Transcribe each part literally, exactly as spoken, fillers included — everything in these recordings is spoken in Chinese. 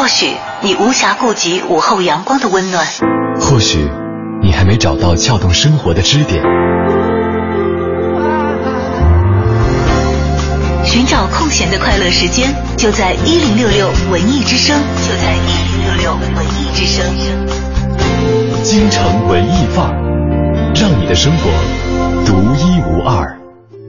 或许你无暇顾及午后阳光的温暖， 或许你还没找到撬动生活的支点。 寻找空闲的快乐时间，就在一零六六文艺之声，就在一零六六文艺之声。 京城文艺范儿，让你的生活独一无二。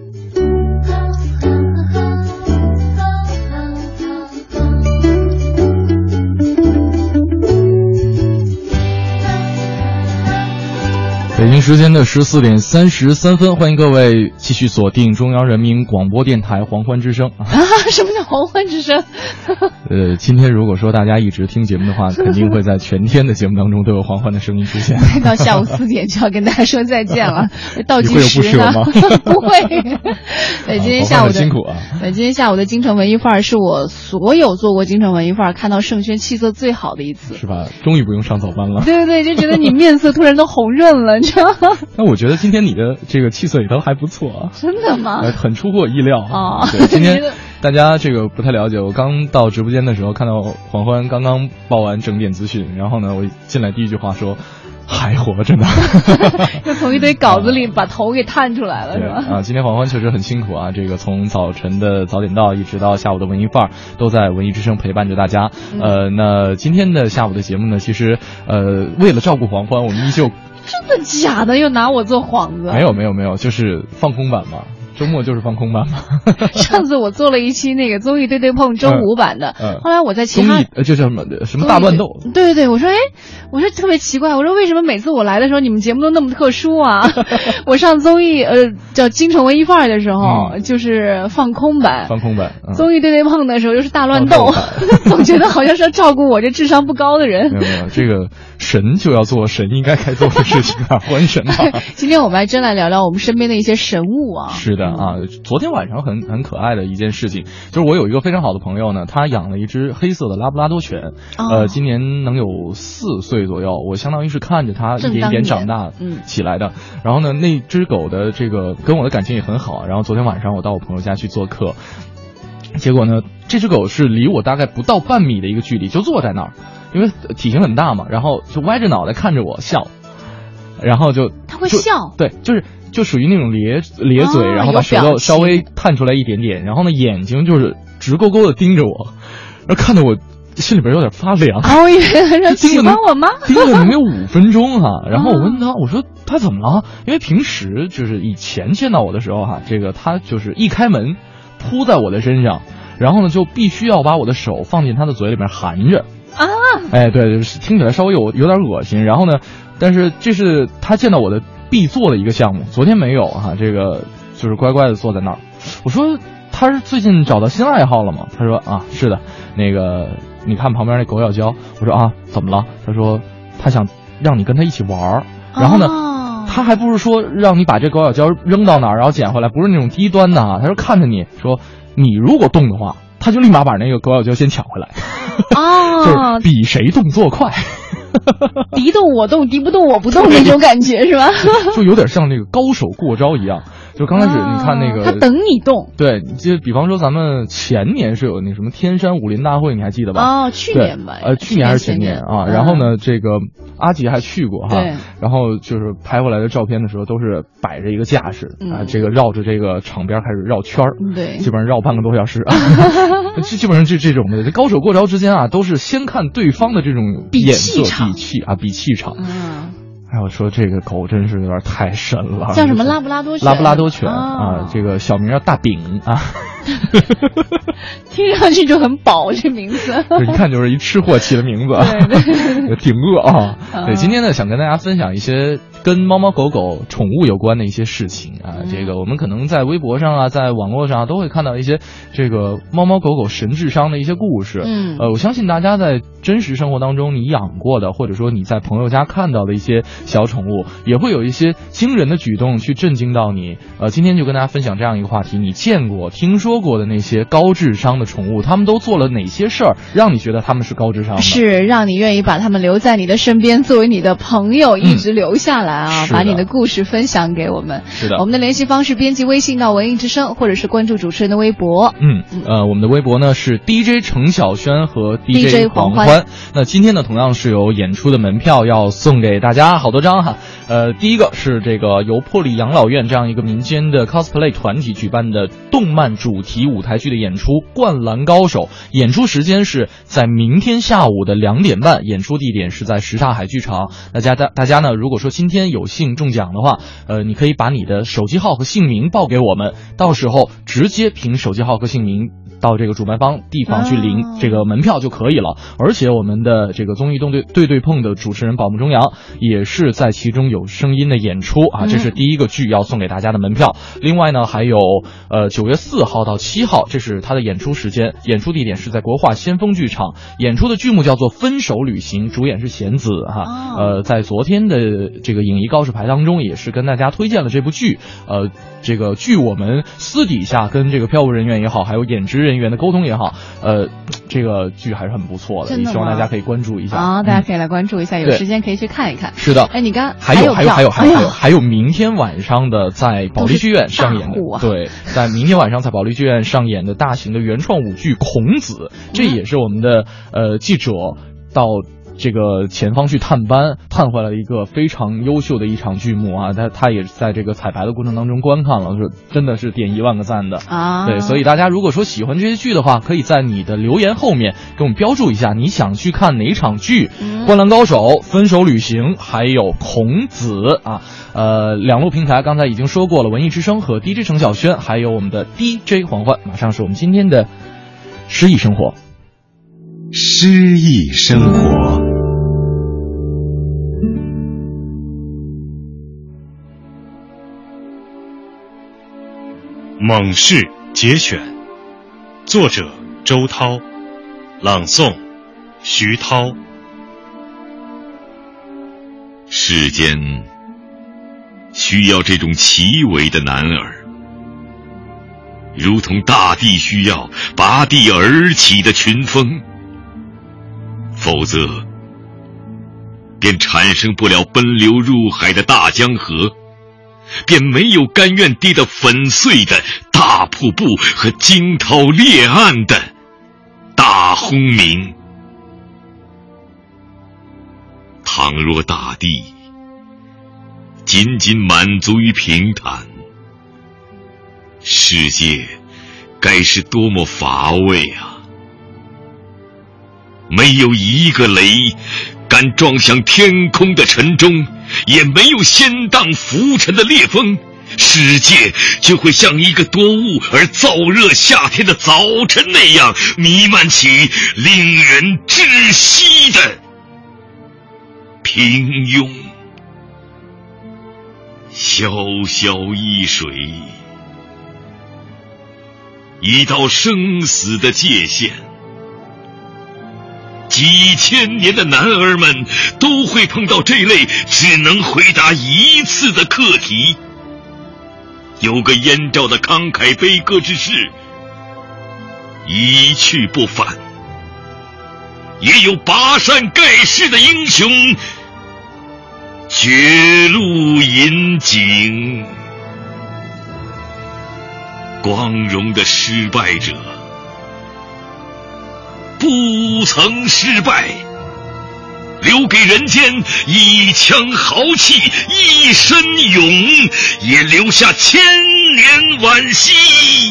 北京时间的十四点三十三分，欢迎各位继续锁定中央人民广播电台黄欢之声啊！什么叫黄欢之声？ 呃，今天如果说大家一直听节目的话，肯定会在全天的节目当中都有黄欢的声音出现。 到下午四点就要跟大家说再见了，倒计时你会有不舍吗？ 不会。对，今天下午的辛苦啊！ 对，今天下午的京城文艺范儿是我所有做过京城文艺范儿看到盛轩气色最好的一次， 是吧？终于不用上早班了。 对对对，就觉得你面色突然都红润了。 那我觉得今天你的这个气色也都还不错啊。 真的吗？ 呃，很出乎我意料哦。 对，今天大家这个不太了解，我刚到直播间的时候看到黄欢刚刚报完整点资讯，然后呢，我进来第一句话说还活着呢。 就从一堆稿子里把头给探出来了，是吧？ 啊，今天黄欢确实很辛苦啊，这个从早晨的早点到一直到下午的文艺范儿，都在文艺之声陪伴着大家。嗯、呃，那今天的下午的节目呢，其实呃为了照顾黄欢，我们依旧。 真的假的？又拿我做幌子？ 没有没有没有，就是放空版嘛，周末就是放空版嘛。 上次我做了一期那个综艺对对碰周五版的， 嗯嗯、 后来我在其他综艺呃就叫什么什么大乱斗。 对对对，我说哎，我说特别奇怪，我说为什么每次我来的时候你们节目都那么特殊啊？我上综艺呃叫京城文艺范儿的时候、嗯、就是放空版， 放空版。 嗯、综艺对对碰的时候又是大乱斗，总觉得好像是要照顾我这智商不高的人。 没有没有，这个神就要做神应该该做的事情啊，还神啊。 今天我们还真来聊聊我们身边的一些神物啊。 是的啊，昨天晚上很很可爱的一件事情，就是我有一个非常好的朋友呢，他养了一只黑色的拉布拉多犬，哦、呃，今年能有四岁左右，我相当于是看着它一点一点长大起来的。嗯、然后呢，那只狗的这个跟我的感情也很好，然后昨天晚上我到我朋友家去做客，结果呢，这只狗是离我大概不到半米的一个距离，就坐在那儿，因为体型很大嘛，然后就歪着脑袋看着我笑。然后就他会笑， 对，就是就属于那种咧咧嘴、哦，然后把舌头稍微探出来一点点，然后呢眼睛就是直勾勾的盯着我，然后看得我心里边有点发凉。 哦，原来喜欢我吗？ 盯了能有五分钟哈、啊。然后我问他，我说他怎么了？因为平时就是以前见到我的时候哈、啊，这个他就是一开门扑在我的身上，然后呢就必须要把我的手放进他的嘴里面含着。 啊， 哎，对，就是听起来稍微有有点恶心。然后呢，但是这是他见到我的必做的一个项目。昨天没有哈、啊，这个就是乖乖的坐在那儿。我说他是最近找到新爱好了吗？他说啊，是的。那个你看旁边那狗咬胶。我说啊，怎么了？他说他想让你跟他一起玩。然后呢，哦、他还不是说让你把这狗咬胶扔到哪儿，然后捡回来，不是那种低端的啊。他说看着你说，你如果动的话，他就立马把那个狗咬胶先抢回来。 哦， 就是比谁动作快， 敌动我动，敌不动我不动那种感觉是吧？ 就有点像那个高手过招一样。就刚开始你看那个， 他等你动。 对，就比方说咱们前年是有那什么天山武林大会，你还记得吧？ 哦，去年吧。 呃，去年还是前年啊？ 嗯、 然后呢，这个阿吉还去过哈。 对。 然后就是拍回来的照片的时候，都是摆着一个架势、嗯、啊，这个绕着这个场边开始绕圈儿。 对。 基本上绕半个多小时。基本上就这种的高手过招之间啊，都是先看对方的这种眼色、比气啊，比气场。 嗯。 哎，我说这个狗真是有点太神了。 叫什么拉布拉多犬？ 拉布拉多犬、哦、啊，这个小名叫大饼啊。 听上去就很饱，这名字。 就一看就是一吃货起的名字。 对对。 挺饿啊。对，今天呢想跟大家分享一些跟猫猫狗狗宠物有关的一些事情啊。嗯、这个我们可能在微博上啊，在网络上、啊、都会看到一些这个猫猫狗狗神智商的一些故事。 嗯。 呃，我相信大家在真实生活当中你养过的，或者说你在朋友家看到的一些小宠物，也会有一些惊人的举动去震惊到你。呃，今天就跟大家分享这样一个话题：你见过、听说过的那些高智商的宠物，他们都做了哪些事儿，让你觉得他们是高智商的？ 是让你愿意把他们留在你的身边，作为你的朋友一直留下来。 啊，把你的故事分享给我们。 是的， 我们的联系方式，编辑微信到文艺之声，或者是关注主持人的微博。 嗯，呃，我们的微博呢是 D J 程晓轩和 D J 黄欢。 欢那今天呢，同样是有演出的门票要送给大家，好多张哈。呃，第一个是这个由破里养老院这样一个民间的 cosplay 团体举办的动漫主题舞台剧的演出《灌篮高手》，演出时间是在明天下午的两点半，演出地点是在什刹海剧场。大家大大家呢，如果说今天有幸中奖的话，呃，你可以把你的手机号和姓名报给我们，到时候直接凭手机号和姓名到这个主办方地方去领这个门票就可以了。而且我们的这个综艺动对对对碰的主持人宝木中阳也是在其中有声音的演出啊，这是第一个剧要送给大家的门票。另外呢，还有呃九月四号到七号，这是他的演出时间，演出地点是在国画先锋剧场，演出的剧目叫做《分手旅行》，主演是弦子哈。呃，在昨天的这个影艺告示牌当中，也是跟大家推荐了这部剧。呃，这个据我们私底下跟这个票务人员也好，还有演职人员的沟通也好，呃，这个剧还是很不错的， 真的吗？ 也希望大家可以关注一下啊，大家可以来关注一下，嗯、有时间可以去看一看。 是的， 哎，你刚还有还有还有还有还有、 哎、 还有明天晚上的在保利剧院上演的， 啊、 对，在明天晚上在保利剧院上演的大型的原创舞剧《孔子》，这也是我们的呃记者到这个前方去探班，探回来一个非常优秀的一场剧目啊！他他也在这个彩排的过程当中观看了，是真的是点一万个赞的啊！ 对，所以大家如果说喜欢这些剧的话，可以在你的留言后面给我们标注一下你想去看哪场剧，嗯《灌篮高手》、《分手旅行》还有《孔子》啊。呃，两路平台刚才已经说过了，文艺之声和 D J 程晓轩，还有我们的 D J 黄欢。马上是我们今天的诗意生活。 诗意生活， 猛士节选，作者周涛，朗诵徐涛。 世间需要这种奇伟的男儿，如同大地需要拔地而起的群峰，否则便产生不了奔流入海的大江河，便没有甘愿跌得粉碎的大瀑布和惊涛裂岸的大轰鸣。倘若大地仅仅满足于平坦，世界该是多么乏味啊！没有一个雷敢撞向天空的尘中，也没有掀荡浮沉的烈风，世界就会像一个多雾而燥热夏天的早晨那样弥漫起令人窒息的平庸。潇潇一水，一道生死的界限，几千年的男儿们都会碰到这类只能回答一次的课题。有个燕赵的慷慨悲歌之士一去不返，也有拔山盖世的英雄绝路引颈。光荣的失败者不曾失败，留给人间一腔豪气一身勇，也留下千年惋惜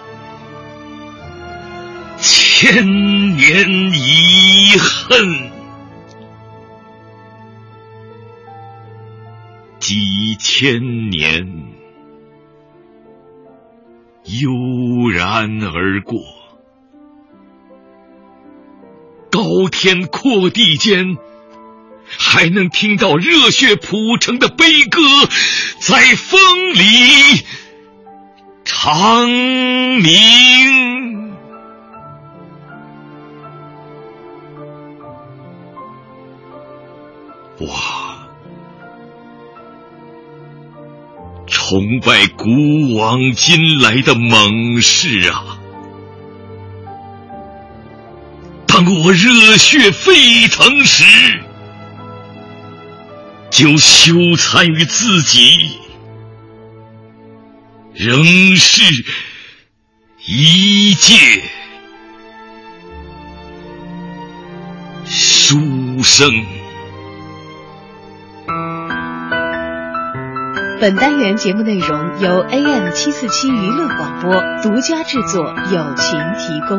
千年遗恨。几千年悠然而过，高天阔地间，还能听到热血谱成的悲歌在风里长鸣。哇，崇拜古往今来的猛士啊！当我热血沸腾时， 就羞惭于自己，仍是一介书生。 本单元节目内容由 A M 七四七娱乐广播独家制作，友情提供。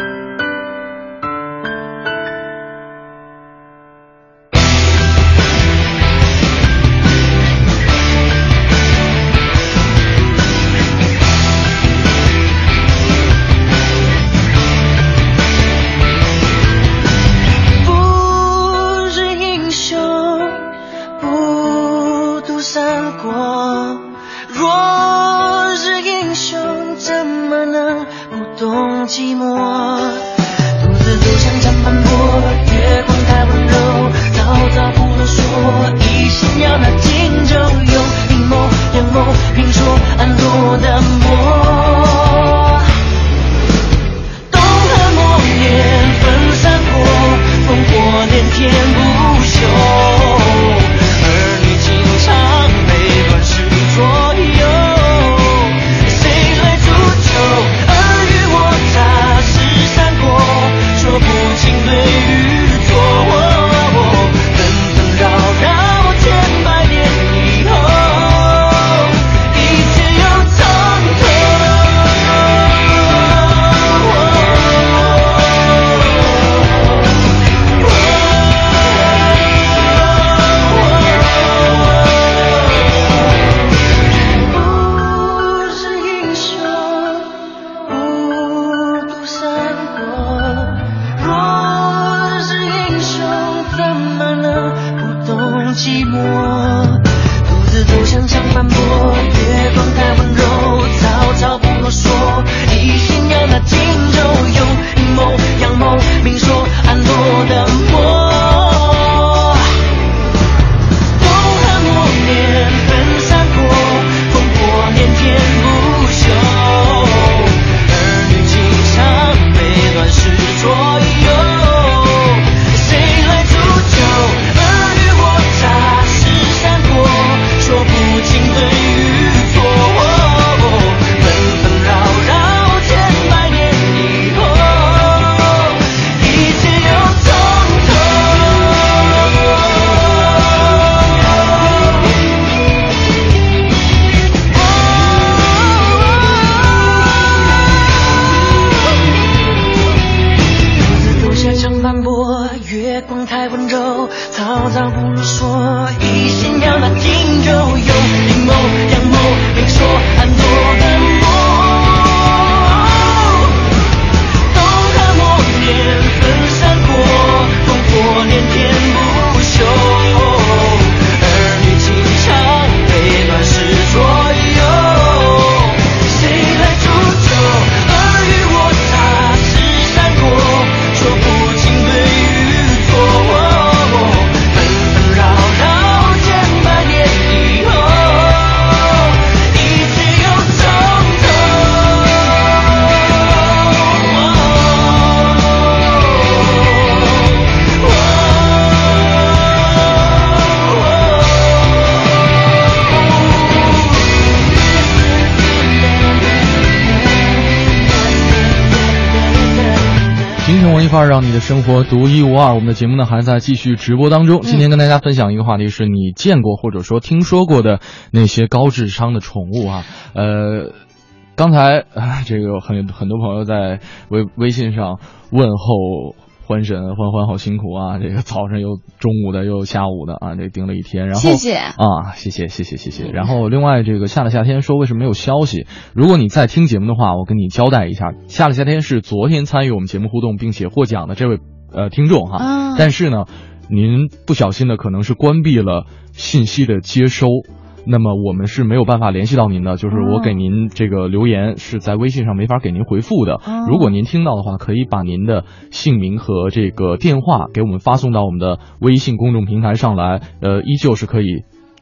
范儿让你的生活独一无二。我们的节目呢还在继续直播当中。今天跟大家分享一个话题，是你见过或者说听说过的那些高智商的宠物啊。呃，刚才啊，这个很很多朋友在微微信上问候欢神，欢欢好辛苦啊！这个早上又中午的又下午的啊，这盯了一天，然后谢谢啊，谢谢谢谢谢谢。然后另外这个下了夏天说为什么没有消息？如果你在听节目的话，我跟你交代一下，下了夏天是昨天参与我们节目互动并且获奖的这位呃听众哈， 啊、 但是呢，您不小心的可能是关闭了信息的接收。那么我们是没有办法联系到您的，就是我给您这个留言是在微信上没法给您回复的。如果您听到的话，可以把您的姓名和这个电话给我们发送到我们的微信公众平台上来，呃，依旧是可以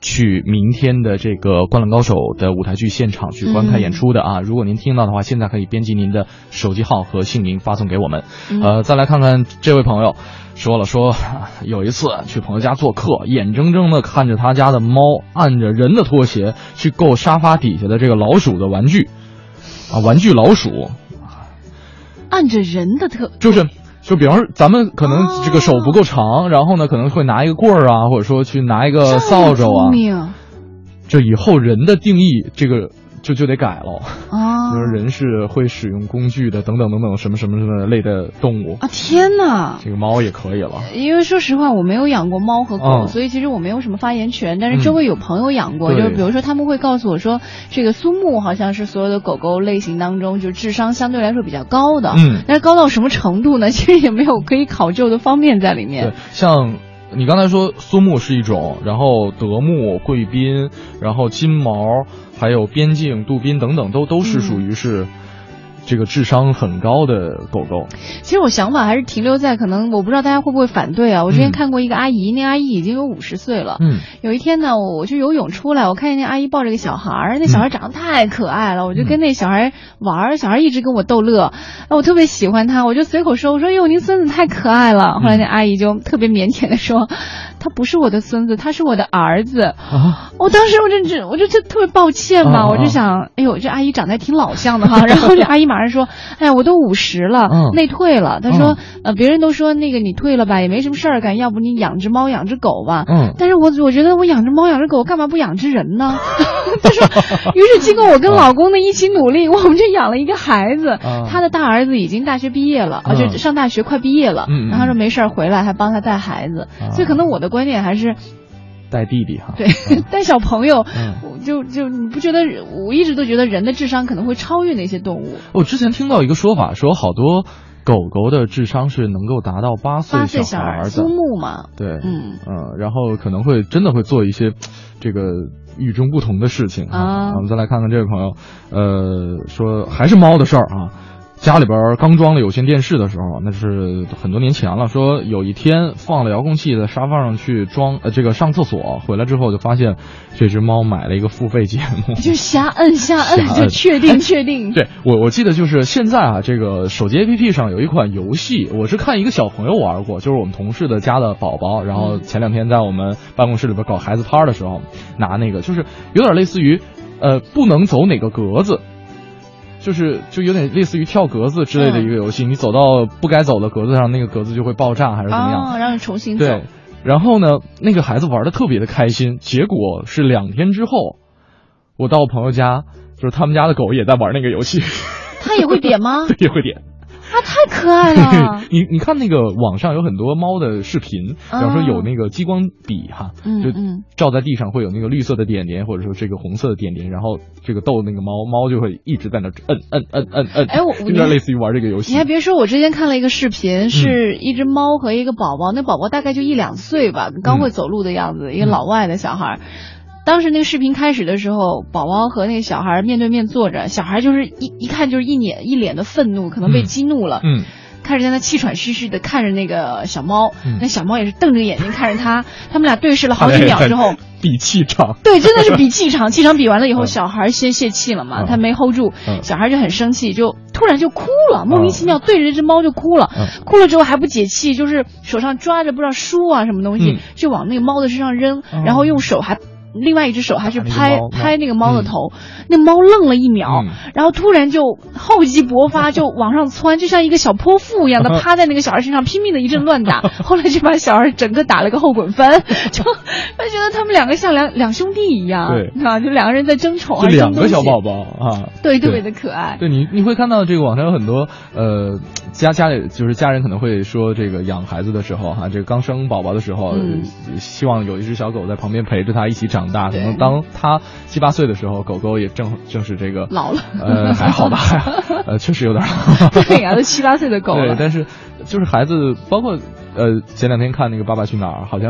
去明天的这个《灌篮高手》的舞台剧现场去观看演出的啊。嗯、如果您听到的话，现在可以编辑您的手机号和姓名发送给我们。嗯、呃，再来看看这位朋友说了说，有一次去朋友家做客，眼睁睁的看着他家的猫按着人的拖鞋去够沙发底下的这个老鼠的玩具啊，玩具老鼠， 按着人的特就是。就比方说，咱们可能这个手不够长，哦、然后呢，可能会拿一个棍儿啊，或者说去拿一个扫帚啊。这以后人的定义，这个就就得改了。啊，就是人是会使用工具的，等等等等，什么什么什么类的动物啊！天哪， 这个猫也可以了。 因为说实话，我没有养过猫和狗，嗯、所以其实我没有什么发言权。但是周围有朋友养过，嗯、就比如说他们会告诉我说，这个苏木好像是所有的狗狗类型当中，就智商相对来说比较高的。嗯，但是高到什么程度呢？其实也没有可以考究的方面在里面。 对，像。你刚才说苏木是一种，然后德牧、贵宾，然后金毛，还有边境、杜宾等等，都都是属于是这个智商很高的狗狗。 其实我想法还是停留在可能，我不知道大家会不会反对啊。我之前看过一个阿姨，嗯、那阿姨已经有五十岁了。嗯。有一天呢，我去游泳出来，我看见那阿姨抱着个小孩，那小孩长得太可爱了，嗯、我就跟那小孩玩，小孩一直跟我逗乐，我特别喜欢他，我就随口说，我说哟，您孙子太可爱了。后来那阿姨就特别腼腆的说，他不是我的孙子，他是我的儿子。啊、我当时我就只我就就特别抱歉嘛，啊、我就想，哎呦，这阿姨长得还挺老相的哈。然后这阿姨马上说，哎呀，我都五十了，嗯、内退了。她说，嗯、呃，别人都说那个你退了吧，也没什么事儿干，要不你养只猫养只狗吧。嗯。但是我我觉得我养只猫养只狗，干嘛不养只人呢？她说，于是经过我跟老公的一起努力，我们就养了一个孩子。啊、他的大儿子已经大学毕业了，而且、嗯、上大学快毕业了。嗯。然后他说没事儿回来还帮他带孩子，啊、所以可能我的观点还是。 带弟弟哈， 对，带小朋友，嗯、就就你不觉得？我一直都觉得人的智商可能会超越那些动物。 我之前听到一个说法，说好多狗狗的智商是能够达到八岁小孩的， 苏木嘛， 对，嗯嗯，然后可能会真的会做一些这个与众不同的事情啊。我们再来看看这位朋友，呃，说还是猫的事儿啊。家里边刚装了有线电视的时候，那是很多年前了。说有一天放了遥控器在沙发上去装呃这个上厕所，回来之后就发现这只猫买了一个付费节目， 就瞎摁瞎摁就确定确定。 对，我我记得就是现在啊，这个手机 A P P 上有一款游戏，我是看一个小朋友玩过，就是我们同事的家的宝宝，然后前两天在我们办公室里边搞孩子趴的时候，拿那个就是有点类似于呃不能走哪个格子。就是就有点类似于跳格子之类的一个游戏，嗯、你走到不该走的格子上，那个格子就会爆炸还是怎么样？ 哦，让你重新走。 对，然后呢，那个孩子玩的特别的开心，结果是两天之后，我到我朋友家，就是他们家的狗也在玩那个游戏。 他也会点吗？ 对，也会点。 啊，太可爱了！ 你你看那个网上有很多猫的视频，比方说有那个激光笔哈，嗯、就照在地上会有那个绿色的点点，或者说这个红色的点点，然后这个逗那个猫，猫就会一直在那摁摁摁摁摁。哎，我有点类似于玩这个游戏。 你还别说，我之前看了一个视频，是一只猫和一个宝宝，嗯、那宝宝大概就一两岁吧，刚会走路的样子，嗯、一个老外的小孩。当时那个视频开始的时候，宝宝和那个小孩面对面坐着，小孩就是一一看就是一脸一脸的愤怒，可能被激怒了。嗯。嗯开始在那气喘吁吁的看着那个小猫，嗯、那小猫也是瞪着眼睛看着他，他们俩对视了好几秒之后， 比气场， 对，真的是比气场，气场比完了以后，嗯、小孩先泄气了嘛，嗯、他没 hold 住，嗯、小孩就很生气，就突然就哭了，莫名其妙对着这只猫就哭了，嗯、哭了之后还不解气，就是手上抓着不知道书啊什么东西，嗯、就往那个猫的身上扔，嗯、然后用手还。另外一只手还去拍拍那个猫的头，嗯、那猫愣了一秒，嗯、然后突然就厚积薄发，就往上窜，就像一个小泼妇一样的趴在那个小孩身上，拼命的一阵乱打，后来就把小孩整个打了个后滚翻，就他觉得他们两个像两两兄弟一样，对啊，就两个人在争宠， 就两个小宝宝啊， 对，特别的可爱。 对你你会看到这个网上有很多呃家家里就是家人可能会说这个养孩子的时候哈，这个刚生宝宝的时候，嗯、希望有一只小狗在旁边陪着他一起长大。可能当他七八岁的时候，狗狗也正正是这个老了， 呃，还好吧，呃，确实有点老。对呀，都七八岁的狗了。 对，但是就是孩子，包括呃，前两天看那个《爸爸去哪儿》，好像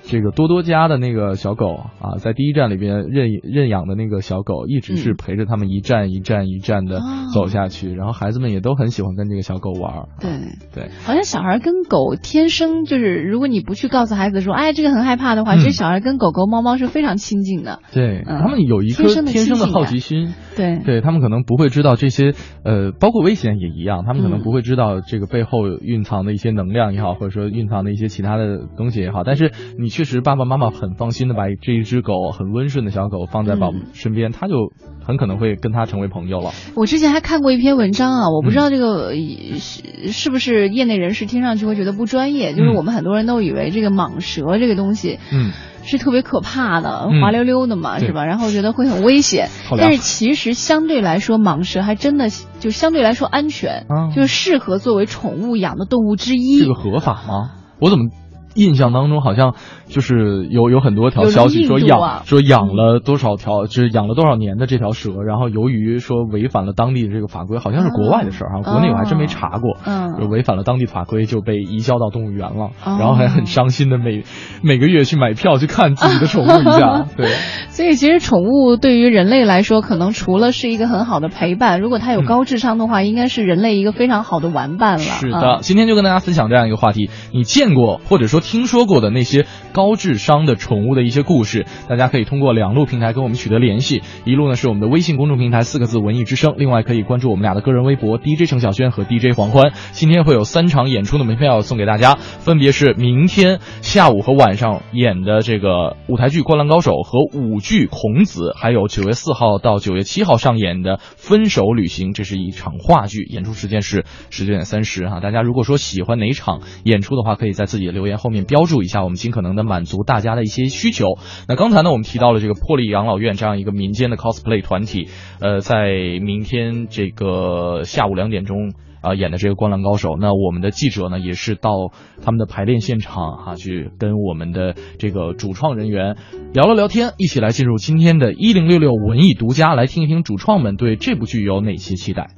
这个多多家的那个小狗啊，在第一站里边认认养的那个小狗，一直是陪着他们一站一站一站的走下去，嗯、然后孩子们也都很喜欢跟这个小狗玩。 对、 啊、对， 好像小孩跟狗天生就是，如果你不去告诉孩子说，哎，这个很害怕的话，嗯、其实小孩跟狗狗、猫猫是非常亲近的。 对、 嗯， 他们有一颗天生的好奇心。 对， 对他们可能不会知道这些，呃，包括危险也一样，他们可能不会知道这个背后蕴藏的一些能量也好，或者说蕴藏的一些其他的东西也好。但是你确实爸爸妈妈很放心的把这一只狗很温顺的小狗放在宝宝身边，他、嗯、就很可能会跟他成为朋友了。 我之前还看过一篇文章啊，我不知道这个、嗯、是是不是业内人士听上去会觉得不专业，就是我们很多人都以为这个蟒蛇这个东西，嗯。是特别可怕的，滑溜溜的嘛，嗯、是吧？然后觉得会很危险，但是其实相对来说，蟒蛇还真的就相对来说安全，嗯、就是适合作为宠物养的动物之一。 这个合法吗？我怎么印象当中好像就是有有很多条消息说养、啊、说养了多少条，就是养了多少年的这条蛇，然后由于说违反了当地的这个法规，好像是国外的事儿、嗯、国内我还真没查过，嗯，就违反了当地法规就被移交到动物园了，嗯、然后还很伤心的每每个月去买票去看自己的宠物一下，对。 所以其实宠物对于人类来说，可能除了是一个很好的陪伴，如果它有高智商的话，嗯、应该是人类一个非常好的玩伴了。 是的，嗯、今天就跟大家分享这样一个话题，你见过或者说听说过的那些高智商的宠物的一些故事，大家可以通过两路平台跟我们取得联系。一路呢是我们的微信公众平台四个字文艺之声，另外可以关注我们俩的个人微博 D J 程晓轩和 D J 黄欢。今天会有三场演出的门票送给大家，分别是明天下午和晚上演的这个舞台剧《灌篮高手》和舞剧《孔子》，还有九月四号到九月七号上演的《分手旅行》，这是一场话剧，演出时间是十九点三十哈。大家如果说喜欢哪场演出的话，可以在自己的留言后面标注一下，我们尽可能的满足大家的一些需求。那刚才呢，我们提到了这个破例养老院这样一个民间的 cosplay 团体，呃，在明天这个下午两点钟啊、呃、演的这个《灌篮高手》，那我们的记者呢也是到他们的排练现场哈、啊，去跟我们的这个主创人员聊了聊天，一起来进入今天的一零六六文艺独家，来听一听主创们对这部剧有哪些期待。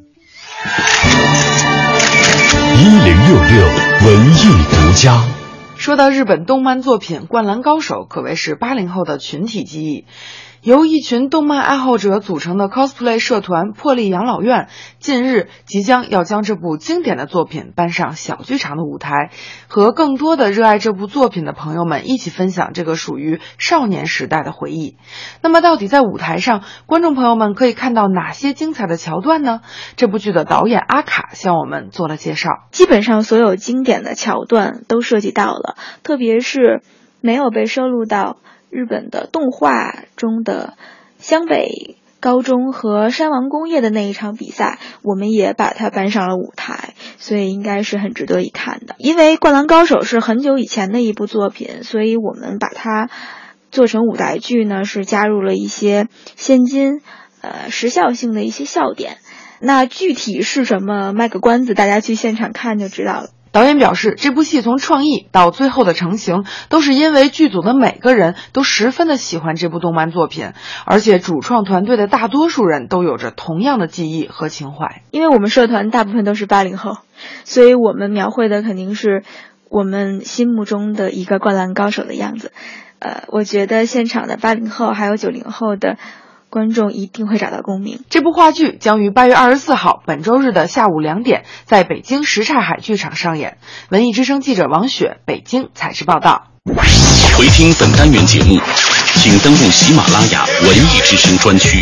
一零六六文艺独家。 说到日本动漫作品《灌篮高手》，可谓是八零后的群体记忆。由一群动漫爱好者组成的 cosplay 社团破例养老院，近日即将要将这部经典的作品搬上小剧场的舞台，和更多的热爱这部作品的朋友们一起分享这个属于少年时代的回忆。那么到底在舞台上，观众朋友们可以看到哪些精彩的桥段呢？这部剧的导演阿卡向我们做了介绍。 基本上所有经典的桥段都涉及到了，特别是没有被收录到日本的动画中的湘北高中和山王工业的那一场比赛，我们也把它搬上了舞台，所以应该是很值得一看的。因为《灌篮高手》是很久以前的一部作品，所以我们把它做成舞台剧呢，是加入了一些现今呃时效性的一些笑点。那具体是什么，卖个关子，大家去现场看就知道了。 导演表示，这部戏从创意到最后的成型，都是因为剧组的每个人都十分的喜欢这部动漫作品，而且主创团队的大多数人都有着同样的记忆和情怀。 因为我们社团大部分都是八零后，所以我们描绘的肯定是我们心目中的一个灌篮高手的样子。呃，我觉得现场的八零后还有九零后的观众一定会找到共鸣。 这部话剧将于八月二十四号本周日的下午两点在北京什刹海剧场上演。文艺之声记者王雪北京采制报道。 回听本单元节目，请登录喜马拉雅文艺之声专区。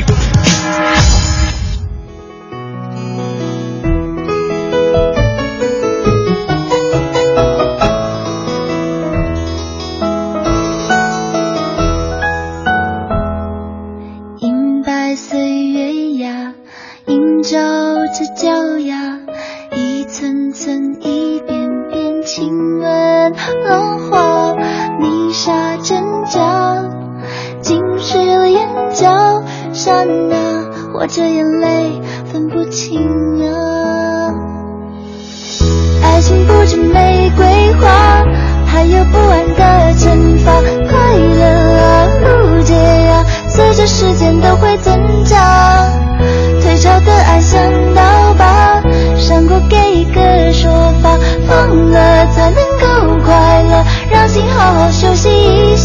照着脚丫，一层层一遍遍亲吻浪花，泥沙挣扎浸湿了眼角，刹那或者眼泪分不清啊。爱情不止玫瑰花，还有不安的惩罚，快乐啊路捷啊，随着时间都会增加，退潮的爱像刀疤，伤过给一个说法，放了才能够快乐，让心好好休息一下。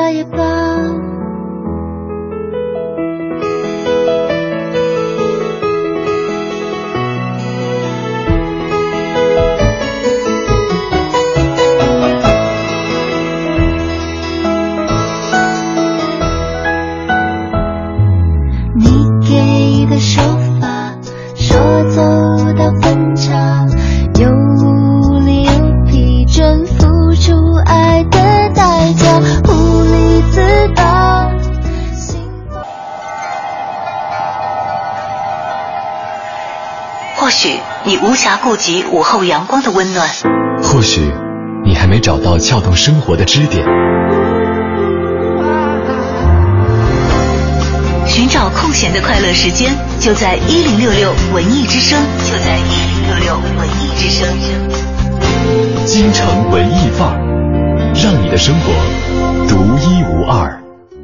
了也罢。 或许你无暇顾及午后阳光的温暖， 或许你还没找到撬动生活的支点。 寻找空闲的快乐时间，就在一零六六文艺之声，就在一零六六文艺之声。 京城文艺范儿，让你的生活独一无二。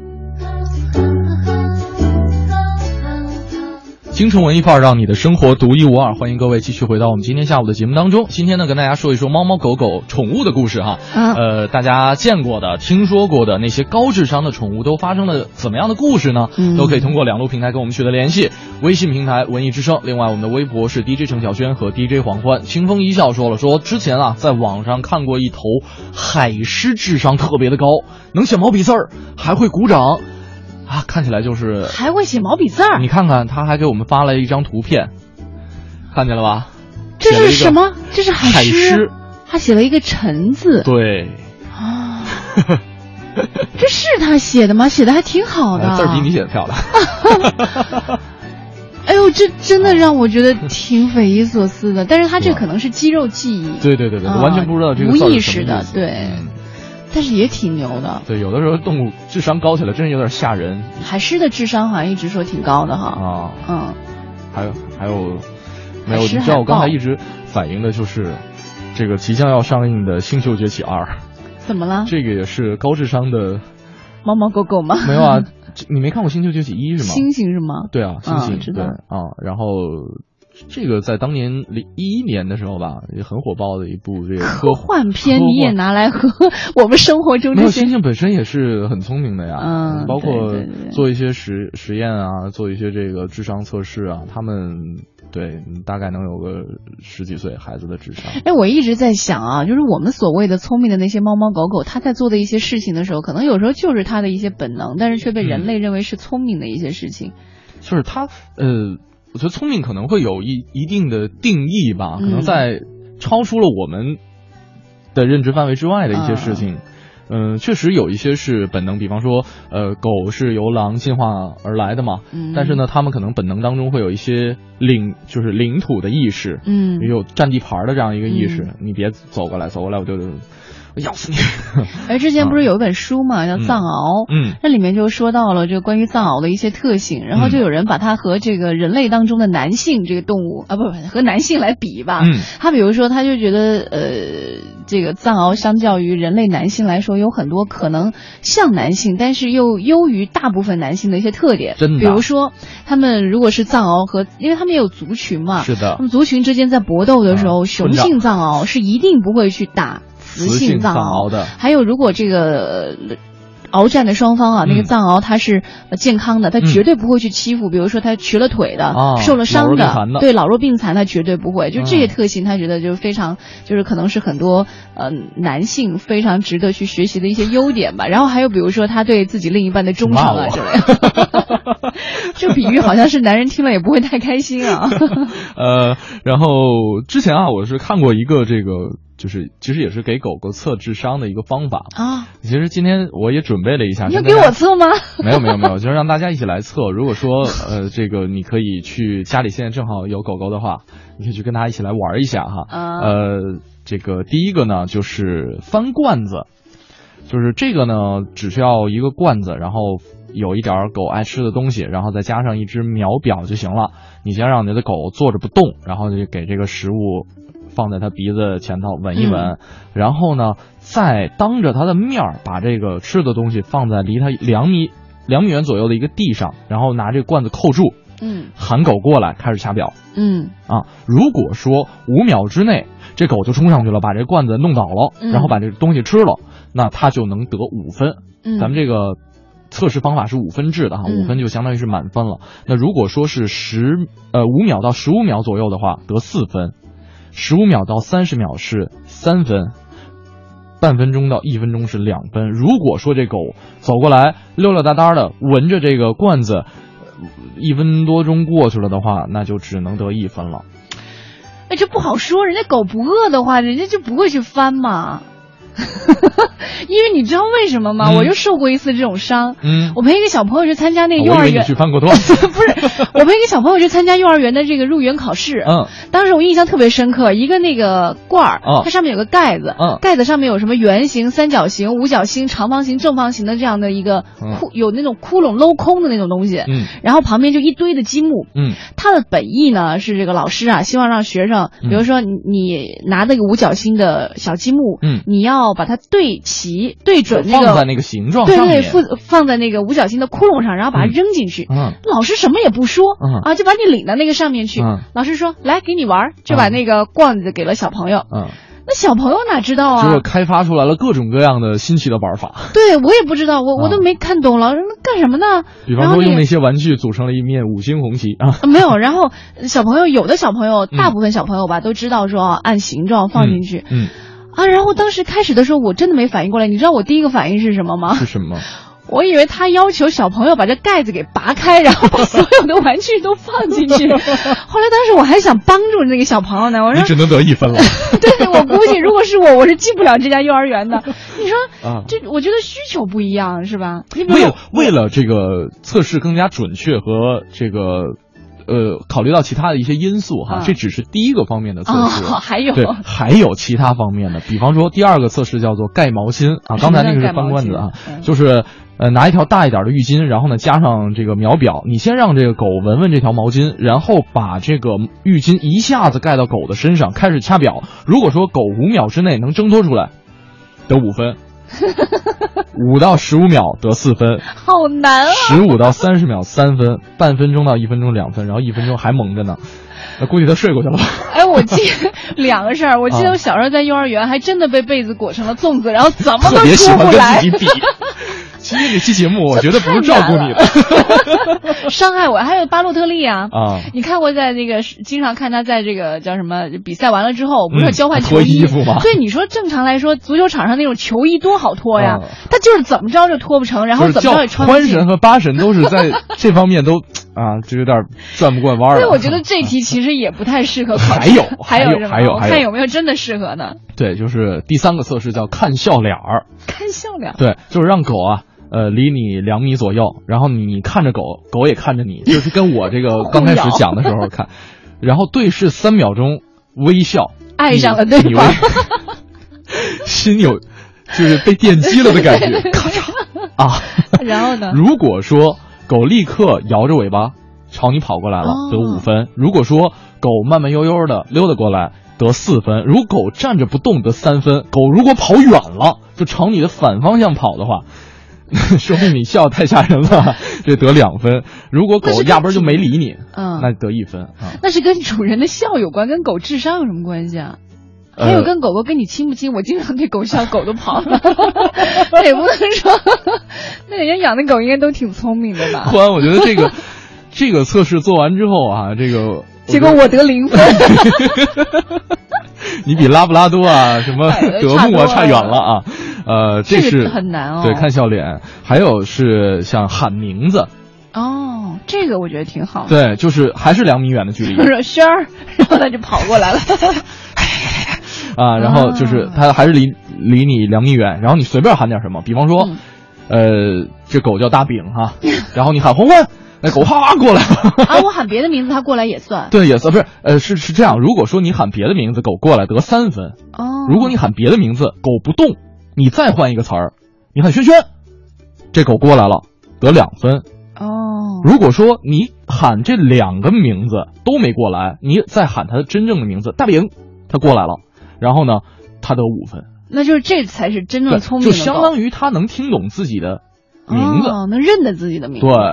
京城文艺范儿，让你的生活独一无二。欢迎各位继续回到我们今天下午的节目当中。今天呢，跟大家说一说猫猫狗狗宠物的故事哈。啊、呃，大家见过的、听说过的那些高智商的宠物都发生了怎么样的故事呢？嗯、都可以通过两路平台跟我们取得联系。微信平台文艺之声，另外我们的微博是 D J 程小轩和 D J 黄欢。清风一笑说了，说之前啊在网上看过一头海狮，智商特别的高，能写毛笔字儿，还会鼓掌。啊，看起来就是还会写毛笔字儿。 你看看，他还给我们发了一张图片，看见了吧？ 这是什么？这是海狮， 他写了一个陈字。 对。 啊，这是他写的吗？写的还挺好的， 字儿比你写的漂亮。 哎呦，这真的让我觉得挺匪夷所思的。但是他这可能是肌肉记忆。 对对对对，啊、完全不知道这个无意识的，对。嗯，但是也挺牛的。 对，有的时候动物智商高起来真是有点吓人。 海狮的智商好像一直说挺高的哈。 啊， 嗯， 还有还有没有？你知道我刚才一直反映的就是这个即将要上映的《星球崛起二》。 怎么了？ 这个也是高智商的猫猫狗狗吗？ 没有啊，你没看过《星球崛起一》是吗？ 星星是吗？ 对啊，星星、 啊、知道啊。然后这个在当年零一一年的时候吧，也很火爆的一部这个科幻片，你也拿来和我们生活中这些。 没有，星星本身也是很聪明的呀， 嗯， 包括对对对做一些实实验啊，做一些这个智商测试啊，他们对大概能有个十几岁孩子的智商。 哎，我一直在想啊，就是我们所谓的聪明的那些猫猫狗狗，它在做的一些事情的时候，可能有时候就是它的一些本能，但是却被人类认为是聪明的一些事情。 嗯、就是它呃。我觉得聪明可能会有一一定的定义吧，可能在超出了我们的认知范围之外的一些事情。嗯、呃，确实有一些是本能，比方说，呃，狗是由狼进化而来的嘛，嗯、但是呢，它们可能本能当中会有一些领，就是领土的意识， 嗯， 也有占地盘的这样一个意识。嗯、你别走过来，走过来我就我咬死你！ 而之前不是有一本书嘛，叫《藏獒》， 嗯， 那里面就说到了这个关于藏獒的一些特性，然后就有人把它和这个人类当中的男性这个动物啊，不不和男性来比吧。 嗯， 他比如说，他就觉得呃，这个藏獒相较于人类男性来说，有很多可能像男性，但是又优于大部分男性的一些特点。 真的， 比如说，他们如果是藏獒和，因为他们也有族群嘛， 是的， 他们族群之间在搏斗的时候，啊、雄性藏獒是一定不会去打雌性藏獒的。 还有，如果这个鏖战的双方啊，嗯、那个藏獒它是健康的，它绝对不会去欺负，嗯、比如说它瘸了腿的、 啊、 受了伤的， 的对老弱病残，它绝对不会。就这些特性，他觉得就非常，就是可能是很多呃男性非常值得去学习的一些优点吧。然后还有比如说他对自己另一半的忠诚啊之类的。这比喻好像是男人听了也不会太开心啊。 呃，然后之前啊，我是看过一个这个。就是其实也是给狗狗测智商的一个方法啊。 其实今天我也准备了一下。 你要给我测吗？ 没有没有没有，就是让大家一起来测。如果说呃这个你可以去家里现在正好有狗狗的话，你可以去跟它一起来玩一下哈。 啊、 呃，这个第一个呢就是翻罐子，就是这个呢只需要一个罐子，然后有一点狗爱吃的东西，然后再加上一只秒表就行了。你先让你的狗坐着不动，然后就给这个食物放在它鼻子前头闻一闻，嗯、然后呢，再当着它的面儿把这个吃的东西放在离它两米两米远左右的一个地上，然后拿这个罐子扣住， 嗯， 喊狗过来开始掐表， 嗯啊，如果说五秒之内这狗就冲上去了，把这罐子弄倒了， 嗯、 然后把这个东西吃了，那它就能得五分。 嗯，咱们这个测试方法是五分制的哈，五分就相当于是满分了。嗯、那如果说是十呃五秒到十五秒左右的话，得四分；十五秒到三十秒是三分；半分钟到一分钟是两分。如果说这狗走过来溜溜达达的闻着这个罐子，一分多钟过去了的话，那就只能得一分了。 哎，这不好说，人家狗不饿的话，人家就不会去翻嘛。因为你知道为什么吗？嗯、我就受过一次这种伤。嗯，我陪一个小朋友去参加那个幼儿园， 我以为你去翻过段。 不是，我陪一个小朋友去参加幼儿园的这个入园考试。嗯，当时我印象特别深刻，一个那个罐儿，嗯、它上面有个盖子，嗯，盖子上面有什么圆形、三角形、五角星、长方形、正方形的这样的一个窟，嗯、有那种窟窿镂空的那种东西。嗯，然后旁边就一堆的积木。嗯，它的本意呢是这个老师啊，希望让学生，比如说你你拿那个五角星的小积木，嗯，你要把它对齐对准那个放在那个形状上面， 对对，放放在那个五角星的窟窿上，然后把它扔进去。嗯，老师什么也不说，嗯啊，就把你领到那个上面去。嗯，老师说来给你玩，就把那个罐子给了小朋友。嗯，那小朋友哪知道啊？ 结果开发出来了各种各样的新奇的玩法。 对，我也不知道，我我都没看懂了，干什么呢？ 比方说用那些玩具组成了一面五星红旗啊。 没有，然后小朋友有的小朋友，大部分小朋友吧都知道说按形状放进去。嗯。啊，然后当时开始的时候，我真的没反应过来。你知道我第一个反应是什么吗？ 是什么？ 我以为他要求小朋友把这盖子给拔开，然后把所有的玩具都放进去。后来当时我还想帮助那个小朋友呢，我说你只能得一分了。 对，我估计如果是我，我是进不了这家幼儿园的。你说，啊、这我觉得需求不一样，是吧？你比如为了为了这个测试更加准确和这个。呃，考虑到其他的一些因素哈，啊、这只是第一个方面的测试， 哦、还有对，还有其他方面的，比方说第二个测试叫做盖毛巾啊，刚才那个是翻罐子啊，嗯、就是呃拿一条大一点的浴巾，然后呢加上这个秒表，你先让这个狗闻闻这条毛巾，然后把这个浴巾一下子盖到狗的身上，开始掐表，如果说狗五秒之内能挣脱出来，得五分。五到十五秒得四分， 好难啊！ 十五到三十秒三分，半分钟到一分钟两分，然后一分钟还蒙着呢，那估计他睡过去了吧？ 哎，我记两个事儿，我记得我小时候在幼儿园还真的被被子裹成了粽子，然后怎么都特别喜欢出不来。 跟自己比。其实这期节目我觉得不是照顾你的，伤害我。还有巴洛特利啊， 啊， 你看过在那个经常看他在这个叫什么比赛完了之后，不是交换球衣、嗯、脱衣服吗？ 对，你说正常来说，足球场上那种球衣多好脱呀，啊、他就是怎么着就脱不成，然后怎么着也穿不进。 欢神和八神都是在这方面都啊，就有点转不过弯了。 所以我觉得这题其实也不太适合考试。还有还有还有， 我看有没有真的适合呢？ 对，就是第三个测试叫看笑脸儿。 看笑脸。 对，就是让狗啊。呃，离你两米左右，然后你看着狗，狗也看着你，就是跟我这个刚开始讲的时候看，然后对视三秒钟，微笑， 爱上了对方， 心有就是被电击了的感觉，咔嚓啊！ 然后呢？ 如果说狗立刻摇着尾巴朝你跑过来了，得五分；如果说狗慢慢悠悠的溜达过来，得四分；如果狗站着不动，得三分；狗如果跑远了，就朝你的反方向跑的话。说明你笑太吓人了，这得两分。如果狗压根就没理你，嗯，那得一分啊。 那是跟主人的笑有关，跟狗智商有什么关系啊？呃、还有跟狗狗跟你亲不亲？我经常对狗笑，狗都跑了。那也不能说，那人家养的狗应该都挺聪明的吧？ 欢，我觉得这个这个测试做完之后啊，这个结果我得零分。 你比拉布拉多啊，什么德牧啊差远了啊。呃，这是、 这个、很难哦。 对，看笑脸，还有是像喊名字。 哦，这个我觉得挺好的。 对，就是还是两米远的距离。 说轩儿，然后他就跑过来了。 啊，然后就是他还是离离你两米远，然后你随便喊点什么，比方说，嗯、呃，这狗叫大饼哈，然后你喊欢欢。那狗啪过来了啊！我喊别的名字，它过来也算。 对，也算，不是，呃，是是这样。如果说你喊别的名字，狗过来得三分。哦。如果你喊别的名字，狗不动，你再换一个词儿，你喊轩轩，这狗过来了，得两分。 哦。 如果说你喊这两个名字都没过来，你再喊它真正的名字，大饼，它过来了，然后呢，它得五分。 那就是这才是真正聪明的狗， 就相当于它能听懂自己的名字， 哦，能认得自己的名字。 对， 嗯。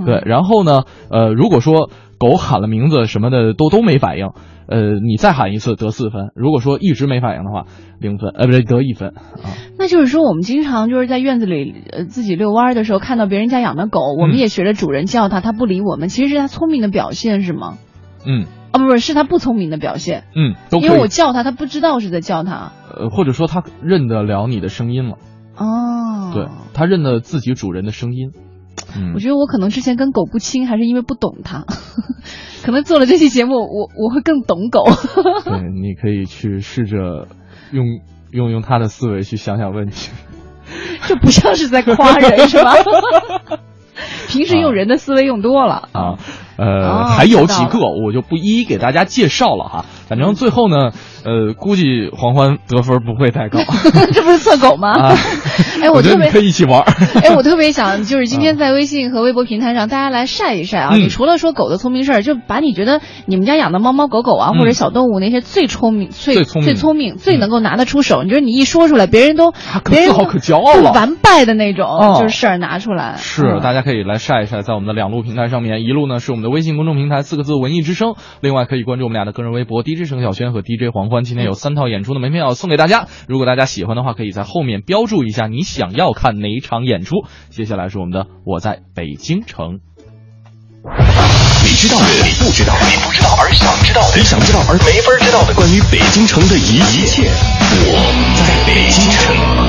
对，然后呢，呃，如果说狗喊了名字什么的都都没反应，呃，你再喊一次得四分。如果说一直没反应的话，零分，呃，不对，得一分啊。 那就是说，我们经常就是在院子里呃自己遛弯的时候，看到别人家养的狗，我们也学着主人叫它，它不理我们，其实是它聪明的表现，是吗？ 嗯。 啊，不是，是它不聪明的表现。 嗯，都可以。 因为我叫它，它不知道是在叫它。 呃，或者说它认得了你的声音了。 哦。 对，它认得自己主人的声音。嗯， 我觉得我可能之前跟狗不亲，还是因为不懂它。可能做了这期节目，我我会更懂狗。 对，你可以去试着用用用他的思维去想想问题。 这不像是在夸人是吧？平时用人的思维用多了啊。呃、哦，还有几个我就不一一给大家介绍了哈。反正最后呢，呃，估计黄欢得分不会太高。 这不是测狗吗？ 啊、 哎，我特别我可以一起玩。 哎，我特别想就是今天在微信和微博平台上，大家来晒一晒啊！嗯、你除了说狗的聪明事儿，就把你觉得你们家养的猫猫狗狗啊，嗯、或者小动物那些最聪明、最最最聪明、最能够拿得出手，嗯、你觉得你一说出来，别人都别人可自豪可骄傲了， 完败的那种，哦、就是事儿拿出来。 是、嗯，大家可以来晒一晒，在我们的两路平台上面，一路呢是我们的微信公众平台四个字文艺之声，另外可以关注我们俩的个人微博 D J 沈小轩和 D J 黄欢。今天有三套演出的门票要送给大家，如果大家喜欢的话，可以在后面标注一下你想要看哪一场演出。接下来是我们的我在北京城。 你知道的，你不知道的，你不知道而想知道的，你想知道而没法知道的，关于北京城的一切，我在北京城。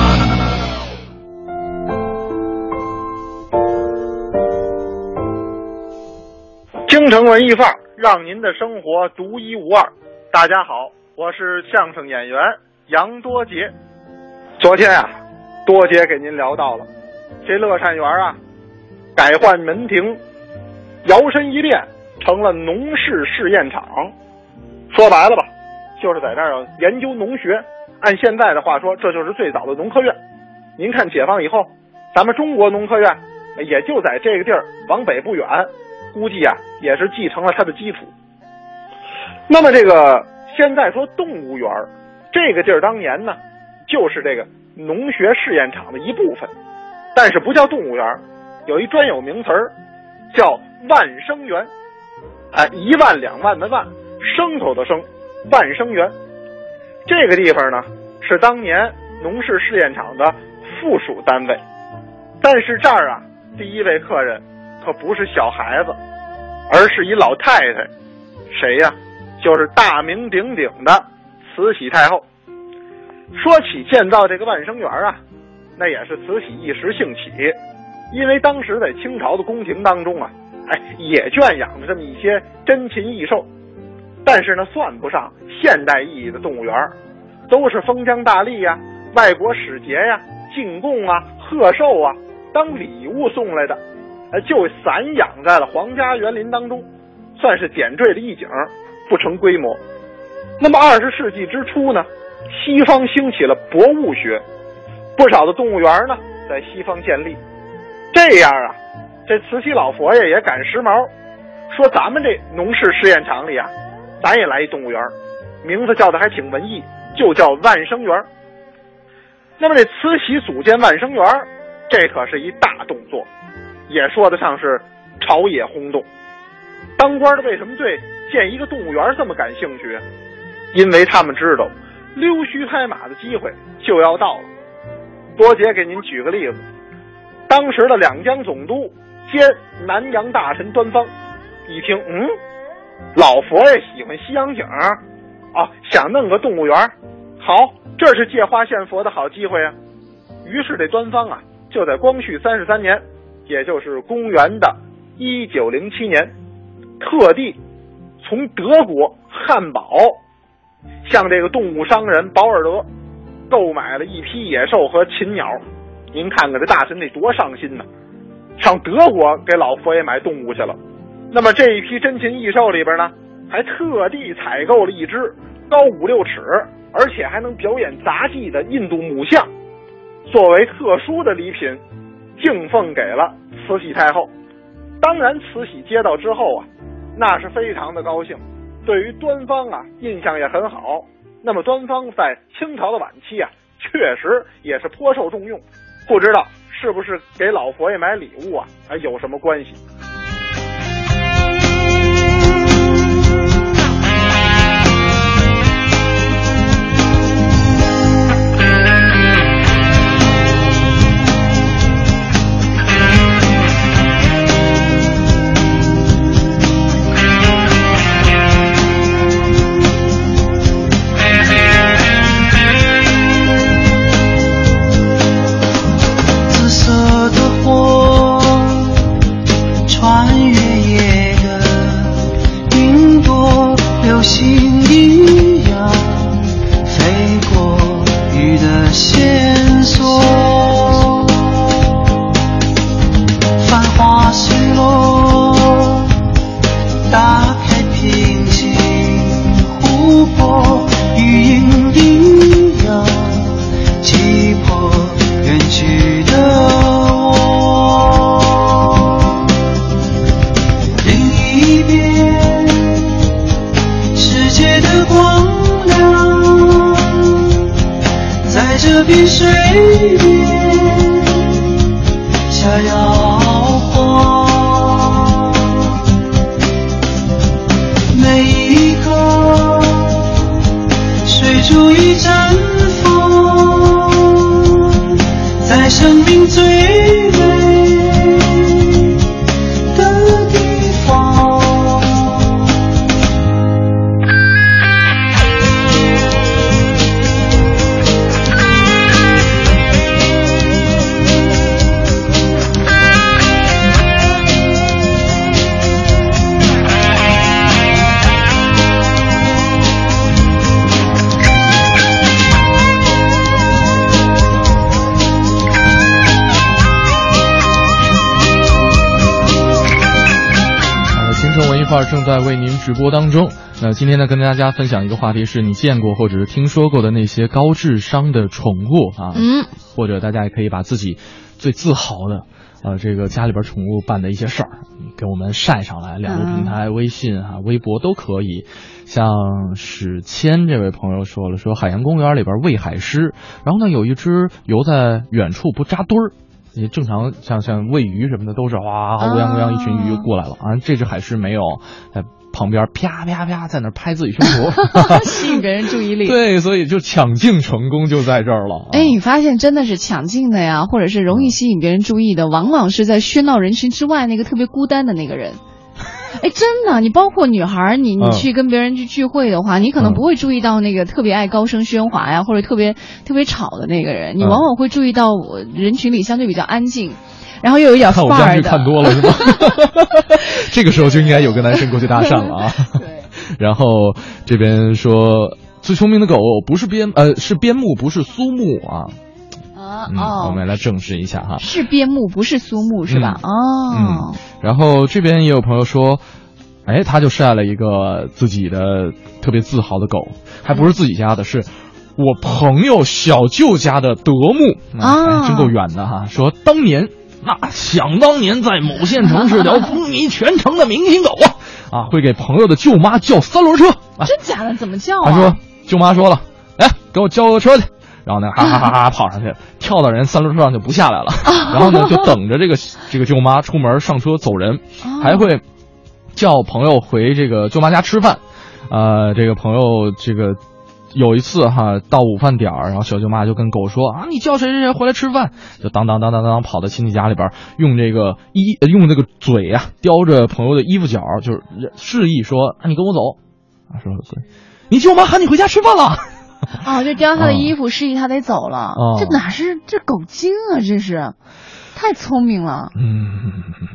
京城文艺范儿，让您的生活独一无二。大家好，我是相声演员杨多杰。昨天啊，多杰给您聊到了这乐善园啊，改换门庭，摇身一变成了农事试验场。说白了吧，就是在这儿研究农学。按现在的话说，这就是最早的农科院。您看解放以后，咱们中国农科院也就在这个地儿往北不远，估计啊也是继承了它的基础。那么这个现在说动物园，这个地儿当年呢就是这个农学试验场的一部分，但是不叫动物园，有一专有名词儿叫万生园。哎，一万两万的万，牲口的牲，万生园。这个地方呢是当年农事试验场的附属单位，但是这儿啊第一位客人可不是小孩子，而是一老太太。谁呀？就是大名鼎鼎的慈禧太后。说起建造这个万生园啊，那也是慈禧一时兴起，因为当时在清朝的宫廷当中啊，哎，也圈养着这么一些珍禽异兽，但是呢，算不上现代意义的动物园，都是封疆大吏呀、外国使节呀、进贡啊、贺寿啊，当礼物送来的，就散养在了皇家园林当中，算是点缀了一景，不成规模。那么二十世纪之初呢，西方兴起了博物学，不少的动物园呢在西方建立。这样啊，这慈禧老佛爷也赶时髦，说咱们这农事试验场里啊，咱也来一动物园，名字叫的还挺文艺，就叫万生园。那么这慈禧组建万生园，这可是一大动作，也说得上是朝野轰动。当官的为什么对建一个动物园这么感兴趣？因为他们知道溜须拍马的机会就要到了。多杰给您举个例子，当时的两江总督兼南洋大臣端方一听，嗯，老佛爷喜欢西洋景啊，想弄个动物园，好，这是借花献佛的好机会啊。于是这端方啊，就在光绪三十三年，也就是公元的一九零七年，特地从德国汉堡向这个动物商人保尔德购买了一批野兽和禽鸟。您看看这大臣得多伤心呢，上德国给老佛爷买动物去了。那么这一批珍禽异兽里边呢，还特地采购了一只高五六尺而且还能表演杂技的印度母象，作为特殊的礼品敬奉给了慈禧太后。当然慈禧接到之后啊，那是非常的高兴，对于端方啊印象也很好。那么端方在清朝的晚期啊，确实也是颇受重用，不知道是不是给老佛爷买礼物啊还有什么关系。 流星一样飞过雨的线索，繁花碎落，打开平静湖泊，余音一样击破远去的我。另一边世界的光亮，在这片水面下摇晃，每一刻水珠已绽放，在生命最美的地方。 范儿正在为您直播当中。那今天呢，跟大家分享一个话题，是你见过或者是听说过的那些高智商的宠物啊， 嗯， 或者大家也可以把自己最自豪的呃这个家里边宠物办的一些事儿给我们晒上来，两个平台、嗯、微信啊、微博都可以。像史谦这位朋友说了，说海洋公园里边喂海狮，然后呢有一只游在远处不扎堆儿。也正常，像像喂鱼什么的都是哇，乌泱乌泱一群鱼过来了啊！这只海狮没有，在旁边啪啪啪在那拍自己胸脯， 吸引别人注意力。 对，所以就抢镜成功就在这儿了。 哎，你发现真的是抢镜的呀，或者是容易吸引别人注意的，往往是在喧闹人群之外那个特别孤单的那个人。哎，真的，你包括女孩，你你去跟别人去聚会的话，嗯、你可能不会注意到那个特别爱高声喧哗呀，或者特别特别吵的那个人，你往往会注意到人群里相对比较安静，然后又有一点范儿的。 看偶像剧看多了是吧？这个时候就应该有个男生过去搭讪了啊。对。然后这边说，最聪明的狗不是边呃是边牧，不是苏牧啊。 啊、 嗯、 哦， 我们来证实一下哈， 是边牧不是苏牧是吧？ 嗯、 哦， 嗯，然后这边也有朋友说，哎，他就晒了一个自己的特别自豪的狗，还不是自己家的，是我朋友小舅家的德牧啊、哎，真够远的哈。说当年那想当年在某县城是条风靡全城的明星狗啊啊，会给朋友的舅妈叫三轮车，啊、 真假的？怎么叫啊？ 他说舅妈说了，哎，给我叫个车去。然后呢，哈哈哈哈跑上去，跳到人三轮车上就不下来了。然后呢，就等着这个这个舅妈出门上车走人，还会叫朋友回这个舅妈家吃饭。呃，这个朋友这个有一次哈，到午饭点儿，然后小舅妈就跟狗说啊，你叫谁谁谁回来吃饭，就当当当当当跑到亲戚家里边，用这个衣用这个嘴啊叼着朋友的衣服角，就是示意说啊，你跟我走。啊，说你舅妈喊你回家吃饭了。 哦，就叼他的衣服，示意他得走了。哦，这哪是这狗精啊？这是太聪明了。 嗯，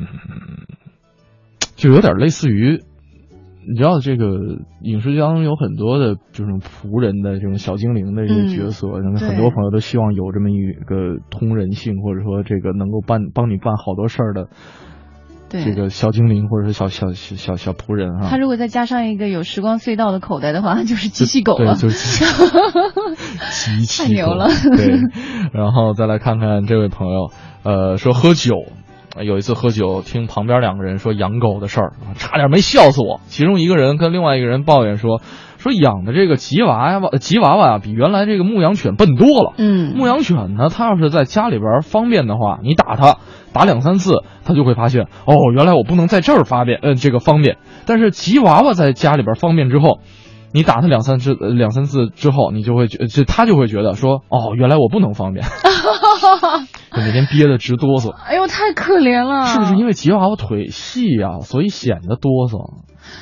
就有点类似于，你知道这个影视当中有很多的这种仆人的这种小精灵的这个角色，嗯、很多朋友都希望有这么一个通人性，或者说这个能够办帮你办好多事儿的。这个小精灵或者是小小小小小仆人哈， 他如果再加上一个有时光隧道的口袋的话，那就是机器狗了。 对，就是机器狗， 太牛了。 对，然后再来看看这位朋友，呃，说喝酒，有一次喝酒，听旁边两个人说养狗的事儿，差点没笑死我。其中一个人跟另外一个人抱怨说，说养的这个吉娃呀，吉娃娃呀，比原来这个牧羊犬笨多了。 嗯， 牧羊犬呢，它要是在家里边方便的话，你打它。打两三次，他就会发现哦，原来我不能在这儿方便，呃，这个方便。但是吉娃娃在家里边方便之后，你打他两三次，呃、两三次之后，你就会觉，这他就会觉得说，哦，原来我不能方便，就每天憋得直哆嗦。 哎呦，太可怜了！ 是不是因为吉娃娃腿细呀、啊，所以显得哆嗦？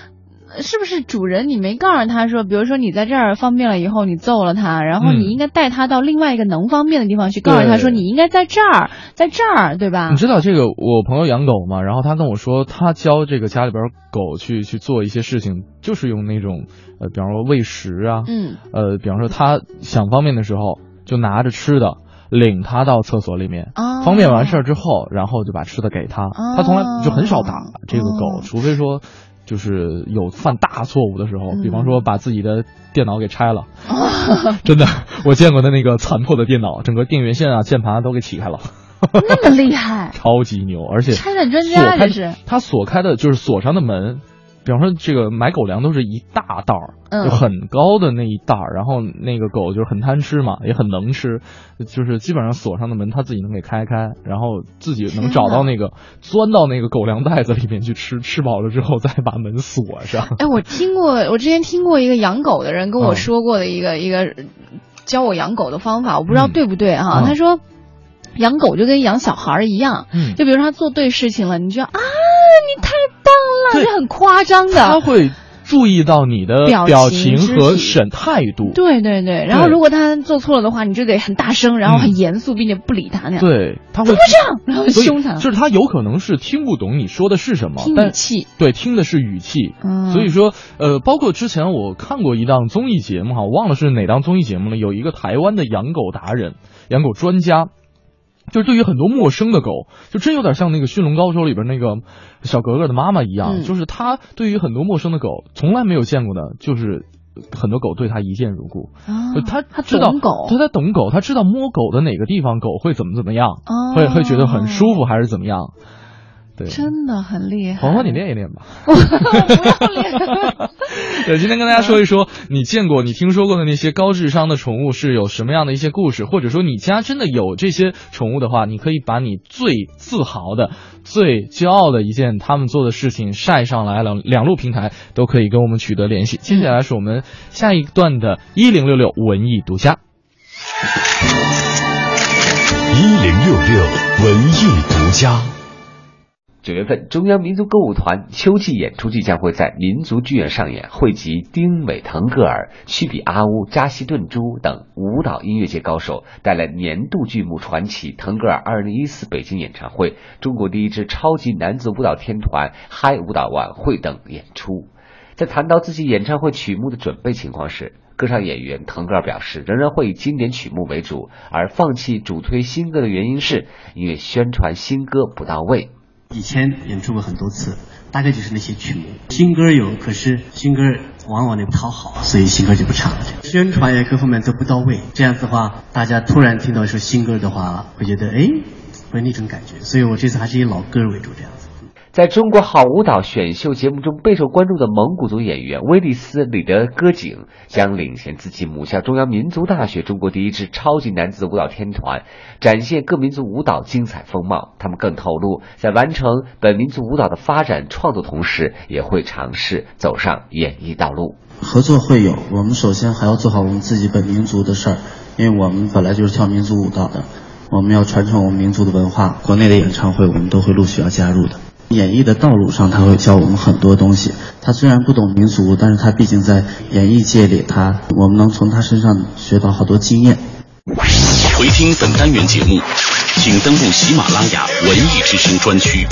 是不是主人你没告诉他说，比如说你在这儿方便了以后，你揍了他，然后你应该带他到另外一个能方便的地方去，告诉他说你应该在这儿，在这儿，对吧？ 你知道这个，我朋友养狗嘛，然后他跟我说，他教这个家里边狗去去做一些事情，就是用那种呃，比方说喂食啊， 嗯， 呃，比方说他想方便的时候，就拿着吃的。领他到厕所里面， 哦、 方便完事儿之后，然后就把吃的给他。 哦、 他从来就很少打这个狗， 哦、 除非说就是有犯大错误的时候， 嗯、 比方说把自己的电脑给拆了。哦、真的，我见过的那个残破的电脑，整个电源线啊、键盘都给起开了。 那么厉害， 超级牛！而且拆弹专家这是。 他锁开的就是锁上的门。比方说，这个买狗粮都是一大袋儿， 嗯、 就很高的那一袋儿，然后那个狗就是很贪吃嘛，也很能吃，就是基本上锁上的门它自己能给开开，然后自己能找到那个钻到那个狗粮袋子里面去吃，吃饱了之后再把门锁上。 哎，我听过，我之前听过一个养狗的人跟我说过的一个、嗯、一个教我养狗的方法，我不知道对不对哈、嗯，他说。养狗就跟养小孩一样， 嗯， 就比如说他做对事情了，你就啊，你太棒了，就很夸张的。 他会注意到你的表情和审态度。 对对对，然后如果他做错了的话，你就得很大声，然后很严肃，并且不理他那样。 对，他会不这样，然后凶他。 就是他有可能是听不懂你说的是什么， 听语气。 对，听的是语气。 嗯， 所以说，呃，包括之前我看过一档综艺节目哈，我忘了是哪档综艺节目了，有一个台湾的养狗达人、养狗专家。就是对于很多陌生的狗，就真有点像那个《驯龙高手》里边那个小格格的妈妈一样， 嗯、 就是他对于很多陌生的狗，从来没有见过的，就是很多狗对他一见如故。 哦、 他他知道狗， 他他懂狗，他知道摸狗的哪个地方狗会怎么怎么样， 哦、 会会觉得很舒服还是怎么样。对， 真的很厉害。 黄黄，你练一练吧。 我不要练。 对，今天跟大家说一说，你见过、你听说过的那些高智商的宠物是有什么样的一些故事，或者说你家真的有这些宠物的话，你可以把你最自豪的、最骄傲的一件他们做的事情晒上来，两两路平台都可以跟我们取得联系。接下来是我们下一段的一零六六文艺独家。 一零六六文艺独家。 九月份，中央民族歌舞团秋季演出季将会在民族剧院上演，汇集丁伟、腾格尔、屈比阿乌、扎西顿珠等舞蹈音乐界高手，带来年度剧目传奇腾格尔二零一四北京演唱会、中国第一支超级男子舞蹈天团嗨舞蹈晚会等演出。在谈到自己演唱会曲目的准备情况时，歌唱演员腾格尔表示，仍然会以经典曲目为主，而放弃主推新歌的原因是因为宣传新歌不到位。 以前演出过很多次，大概就是那些曲目，新歌有，可是新歌往往得讨好，所以新歌就不唱了。宣传也各方面都不到位，这样子的话，大家突然听到一首新歌的话，会觉得哎，会那种感觉。所以我这次还是以老歌为主，这样子。 在中国好舞蹈选秀节目中备受关注的蒙古族演员威利斯·里德歌景将领衔自己母校中央民族大学中国第一支超级男子舞蹈天团，展现各民族舞蹈精彩风貌。他们更透露，在完成本民族舞蹈的发展创作同时，也会尝试走上演艺道路。 合作会有，我们首先还要做好我们自己本民族的事儿，因为我们本来就是跳民族舞蹈的，我们要传承我们民族的文化。国内的演唱会我们都会陆续要加入的。演艺的道路上，他会教我们很多东西。他虽然不懂民俗，但是他毕竟在演艺界里，他我们能从他身上学到好多经验。 回听本单元节目，请登录喜马拉雅文艺之声专区。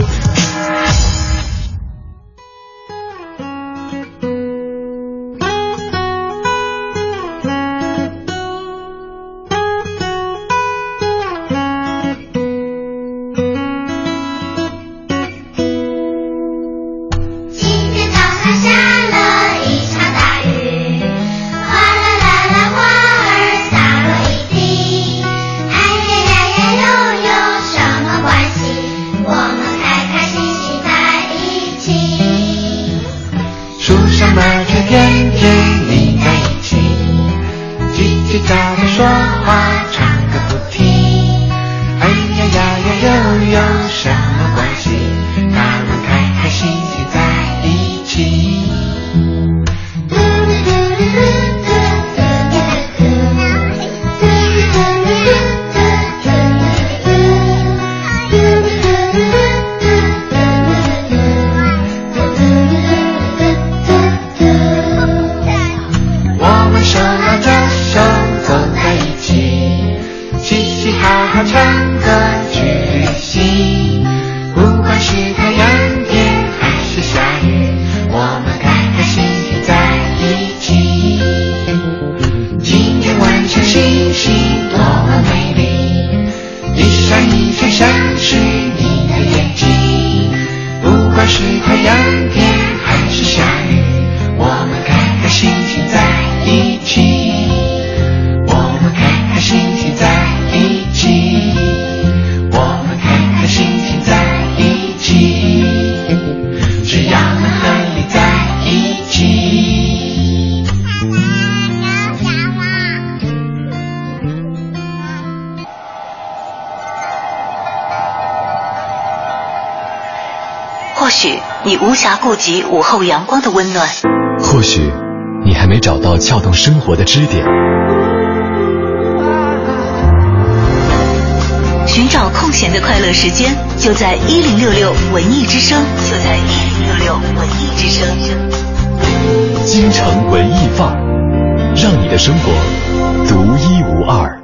许你无暇顾及午后阳光的温暖， 或许你还没找到撬动生活的支点。 寻找空闲的快乐时间，就在一零六六文艺之声，就在一零六六文艺之声。 京城文艺范儿，让你的生活独一无二。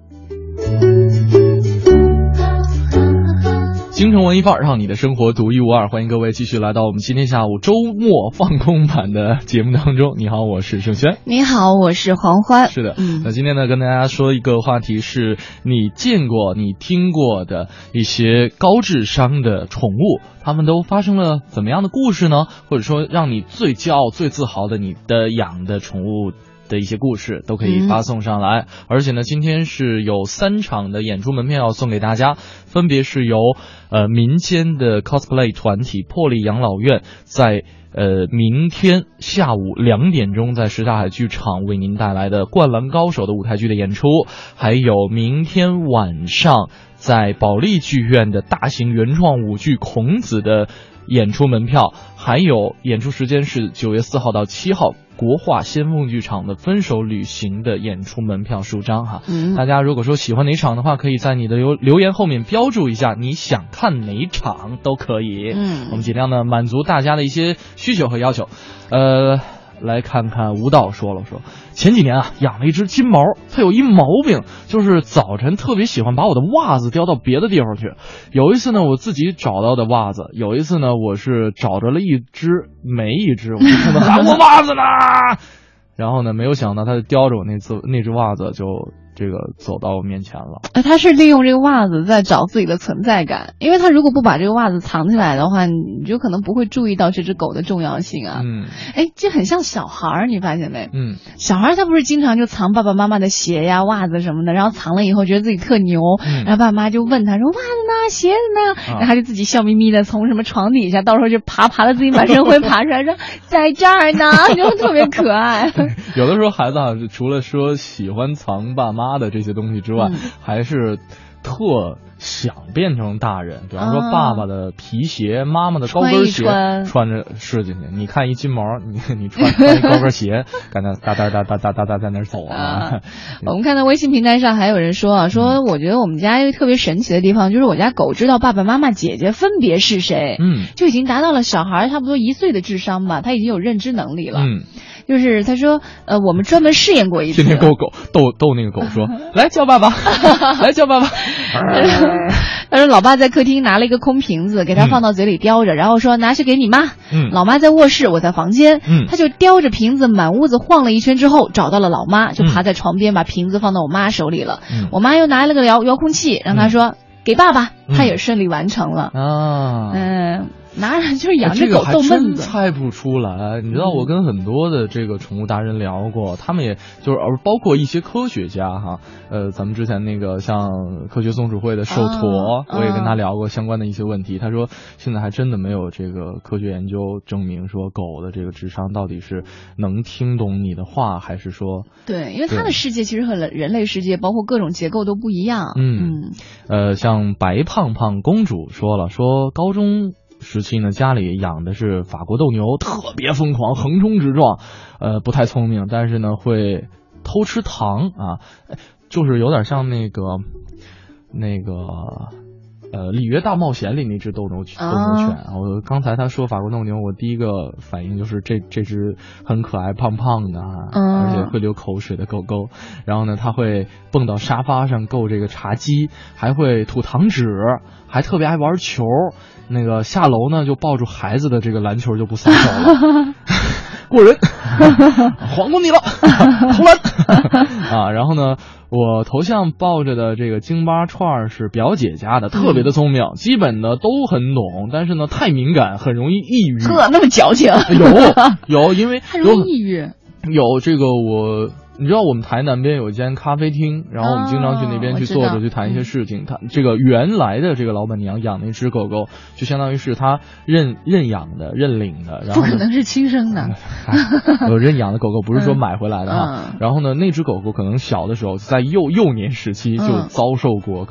京城文艺范儿，让你的生活独一无二。欢迎各位继续来到我们今天下午周末放空版的节目当中。你好，我是盛轩。 你好，我是黄欢。 是的，嗯，那今天呢，跟大家说一个话题，是你见过、你听过的一些高智商的宠物，他们都发生了怎么样的故事呢？或者说，让你最骄傲、最自豪的你的养的宠物的一些故事都可以发送上来、嗯、而且呢今天是有三场的演出门票要送给大家，分别是由呃民间的 cosplay 团体破例养老院在呃明天下午两点钟在什刹海剧场为您带来的灌篮高手的舞台剧的演出，还有明天晚上在保利剧院的大型原创舞剧孔子的演出门票，还有演出时间是九月四号到七号国画先锋剧场的分手旅行的演出门票数张哈、嗯，大家如果说喜欢哪场的话，可以在你的留留言后面标注一下你想看哪场都可以，嗯，我们尽量呢满足大家的一些需求和要求。呃来看看舞蹈说了说，前几年啊养了一只金毛，它有一毛病，就是早晨特别喜欢把我的袜子叼到别的地方去。有一次呢我自己找到的袜子，有一次呢我是找着了一只没一只，我就看到喊我袜子呢，然后呢没有想到它就叼着我那只那只袜子就这个走到我面前了。 哎，他是利用这个袜子在找自己的存在感，因为他如果不把这个袜子藏起来的话，你就可能不会注意到这只狗的重要性啊。嗯，哎，这很像小孩儿，你发现没？嗯，小孩他不是经常就藏爸爸妈妈的鞋呀、袜子什么的，然后藏了以后觉得自己特牛，嗯、然后爸爸妈妈就问他说袜子呢、鞋子呢，啊、然后他就自己笑眯眯的从什么床底下，到时候就爬爬到自己满身灰爬出来说在这儿呢，就特别可爱。 有的时候孩子啊，除了说喜欢藏爸妈的这些东西之外、嗯、还是特想变成大人，比方说爸爸的皮鞋、啊、妈妈的高跟鞋 穿, 穿着试进去，你看一金毛，你你穿穿一高跟鞋感觉哒哒哒哒哒哒哒在那走啊、 啊我们看到微信平台上还有人说啊，说我觉得我们家一个特别神奇的地方，就是我家狗知道爸爸妈妈姐姐分别是谁，嗯，就已经达到了小孩差不多一岁的智商吧，他已经有认知能力了，嗯，就是他说呃我们专门试验过一次， 天天逗狗逗逗那个狗说来叫爸爸来叫爸爸他说老爸在客厅拿了一个空瓶子给他放到嘴里叼着、嗯、然后说拿去给你妈，嗯，老妈在卧室我在房间，嗯，他就叼着瓶子满屋子晃了一圈之后找到了老妈，就爬在床边把瓶子放到我妈手里了，嗯，我妈又拿了个遥遥控器让他说、嗯、给爸爸，他也顺利完成了啊，嗯，拿着就是养只狗逗闷子， 猜不出来。你知道我跟很多的这个宠物达人聊过，他们也就是而包括一些科学家哈，呃，咱们之前那个像科学松鼠会的寿驼、啊，我也跟他聊过相关的一些问题。啊、他说现在还真的没有这个科学研究证明说狗的这个智商到底是能听懂你的话，还是说对，因为它的世界其实和人类世界包括各种结构都不一样。 嗯，嗯呃，像白胖胖公主说了，说高中时期呢，家里养的是法国斗牛，特别疯狂，横冲直撞，呃，不太聪明，但是呢会偷吃糖啊，就是有点像那个那个呃《里约大冒险》里那只斗牛斗牛犬。啊、我刚才他说法国斗牛，我第一个反应就是这这只很可爱胖胖的、啊嗯，而且会流口水的狗狗。然后呢，它会蹦到沙发上够这个茶几，还会吐糖纸，还特别爱玩球。那个下楼呢就抱住孩子的这个篮球就不撒手了，过人，晃过你了，投篮啊！然后呢，我头像抱着的这个京巴串是表姐家的，特别的聪明，嗯、基本的都很懂，但是呢太敏感，很容易抑郁。 呵，那么矫情？ 有有，因为很容易抑郁。 有这个我。你知道我们台南边有一间咖啡厅，然后我们经常去那边去坐着去谈一些事情。他这个原来的这个老板娘养那只狗狗，就相当于是他认认养的、认领的，然后不可能是亲生的。 有认养的狗狗不是说买回来的哈。嗯、然后呢，那只狗狗可能小的时候在幼幼年时期就遭受过可能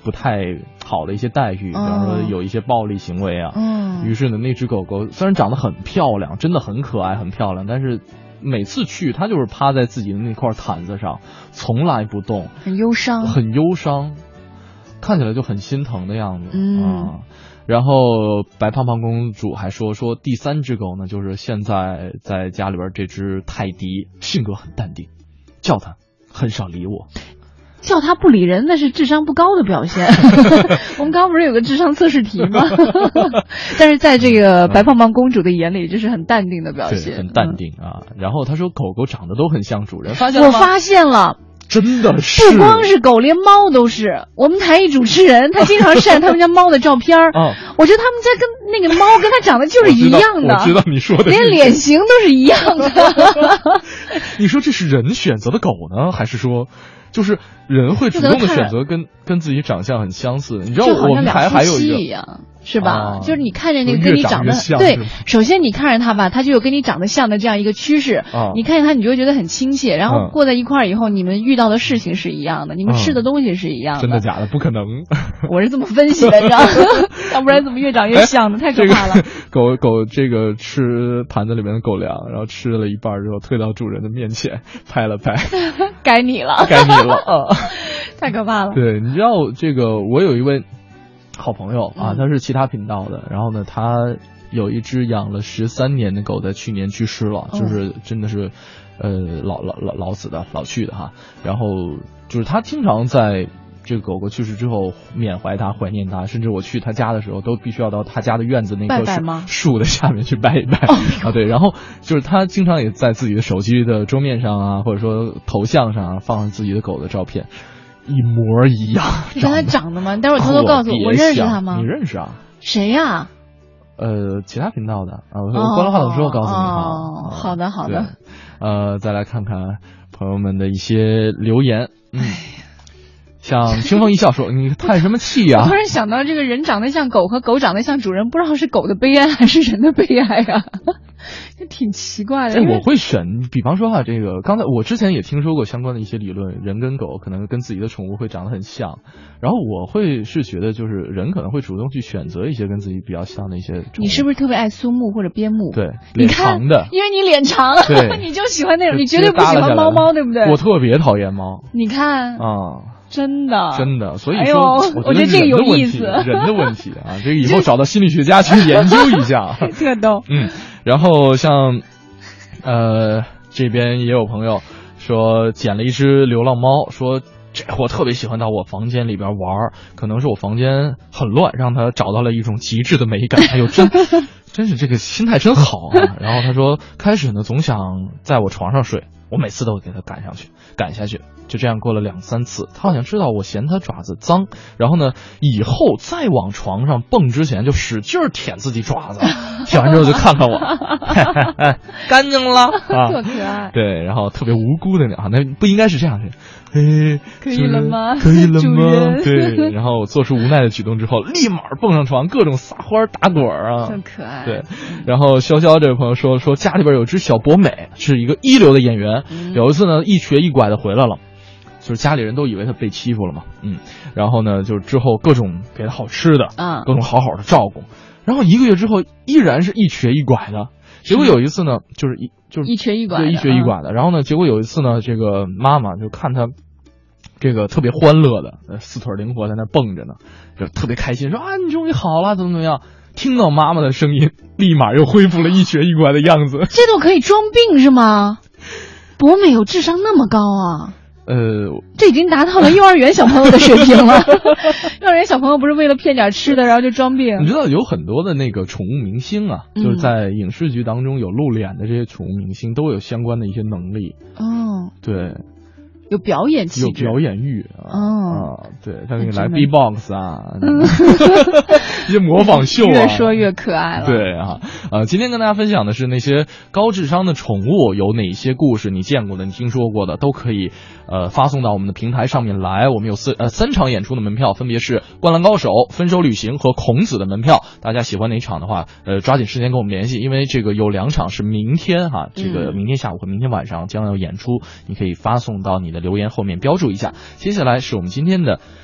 不太好的一些待遇，比方说有一些暴力行为啊。 嗯。 于是呢，那只狗狗虽然长得很漂亮，真的很可爱，很漂亮，但是每次去它就是趴在自己的那块毯子上，从来不动， 很忧伤， 很忧伤，看起来就很心疼的样子。 嗯。 啊，然后白胖胖公主还说说第三只狗呢，就是现在在家里边这只泰迪，性格很淡定，叫它很少理我。 叫他不理人，那是智商不高的表现。我们刚刚不是有个智商测试题吗？但是在这个白胖胖公主的眼里，这是很淡定的表现， 对，很淡定啊。嗯、然后他说狗狗长得都很像主人，发现了吗？ 我发现了。 真的是， 不光是狗，连猫都是。我们台一主持人，他经常晒他们家猫的照片儿。 哦， 我觉得他们家跟那个猫跟他长得就是一样的。 我知道，我知道你说的， 连脸型都是一样的。 你说这是人选择的狗呢，还是说，就是人会主动的选择跟跟自己长相很相似？你知道我们台还有一个。 一样是吧、 啊？ 就是你看见那个跟你长得对，首先你看着他吧，他就有跟你长得像的这样一个趋势。 啊、 你看见他，你就会觉得很亲切，然后过在一块儿以后，你们遇到的事情是一样的，你们吃的东西是一样的。 真的假的？不可能！ 我是这么分析的，你知道吗？要不然怎么越长越像呢？太可怕了。 这个、狗狗这个吃盘子里面的狗粮，然后吃了一半之后推到主人的面前，拍了拍， 该你了， 该你了啊！ 太可怕了。 对，你知道这个，我有一位好朋友啊，他是其他频道的，然后呢，他有一只养了十三年的狗，在去年去世了，就是真的是，呃，老老老老死的，老去的哈。然后就是他经常在这个狗狗去世之后缅怀它、怀念它，甚至我去他家的时候，都必须要到他家的院子那棵树树的下面去拜一拜啊。对，然后就是他经常也在自己的手机的桌面上啊，或者说头像上啊，放上自己的狗的照片。一模一样， 你跟他长得吗？待会儿偷偷告诉我，我认识他吗？ 你认识啊？ 谁呀、啊？ 呃，其他频道的啊，我关了话筒之后告诉你哈。 哦，好的好的。 呃，再来看看朋友们的一些留言。嗯，像清风一笑说：“你叹什么气呀、啊？” 我突然想到，这个人长得像狗和狗长得像主人，不知道是狗的悲哀还是人的悲哀啊。这挺奇怪的。 我会选，比方说哈，这个刚才我之前也听说过相关的一些理论，人跟狗可能跟自己的宠物会长得很像，然后我会是觉得就是人可能会主动去选择一些跟自己比较像的一些宠物。 你是不是特别爱苏木或者边牧？ 对，脸长的， 因为你脸长， 对， 你就喜欢那种，你绝对不喜欢猫猫，对不对？ 我特别讨厌猫。 你看啊。 真的， 真的，所以说， 哎、我觉得这个有意思， 人的问题啊，这个以后找到心理学家去研究一下。 这逗。 嗯，然后像，呃，这边也有朋友说捡了一只流浪猫，说这货特别喜欢到我房间里边玩，可能是我房间很乱，让他找到了一种极致的美感。哎呦，真真是这个心态真好啊！然后他说，开始呢总想在我床上睡，我每次都给他赶上去，赶下去。就这样过了两三次，他好像知道我嫌他爪子脏，然后呢，以后再往床上蹦之前就使劲舔自己爪子，舔完之后就看看我，干净了啊， 特可爱。 对，然后特别无辜的啊，那不应该是这样的，哎， 可以了吗？ 可以了吗？对，然后做出无奈的举动之后，立马蹦上床，各种撒欢打滚啊， 真可爱。 对，然后潇潇这位朋友说说家里边有只小博美，是一个一流的演员，嗯、有一次呢一瘸一拐的回来了。就是家里人都以为他被欺负了嘛，嗯，然后呢，就是之后各种给他好吃的， 啊， 各种好好的照顾，然后一个月之后依然是一瘸一拐的。结果有一次呢，就是一就是一瘸一拐， 对，一瘸一拐的。然后呢，结果有一次呢，这个妈妈就看他这个特别欢乐的，呃，四腿灵活在那蹦着呢，就特别开心，说啊，你终于好了，怎么怎么样。听到妈妈的声音，立马又恢复了一瘸一拐的样子。 这都可以装病是吗？博美有智商那么高啊？ 呃， 这已经达到了幼儿园小朋友的水平了。幼儿园小朋友不是为了骗点吃的，然后就装病。 你知道有很多的那个宠物明星啊，嗯、就是在影视剧当中有露脸的这些宠物明星，都有相关的一些能力。 哦， 对。 有表演气质，有表演欲啊！ 哦、 啊，对，他给你来 B-box 啊，嗯、一些模仿秀啊， 越说越可爱了。 对啊，呃，今天跟大家分享的是那些高智商的宠物有哪些故事，你见过的、你听说过的，都可以呃发送到我们的平台上面来。我们有四呃三场演出的门票，分别是《灌篮高手》、《分手旅行》和《孔子》的门票。大家喜欢哪场的话，呃，抓紧时间跟我们联系，因为这个有两场是明天哈，这个明天下午和明天晚上将要演出，你可以发送到你的留言后面标注一下。接下来是我们今天的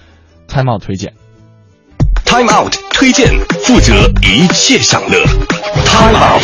Time Out 推荐。 Time Out 推荐，负责一切享乐。Time Out。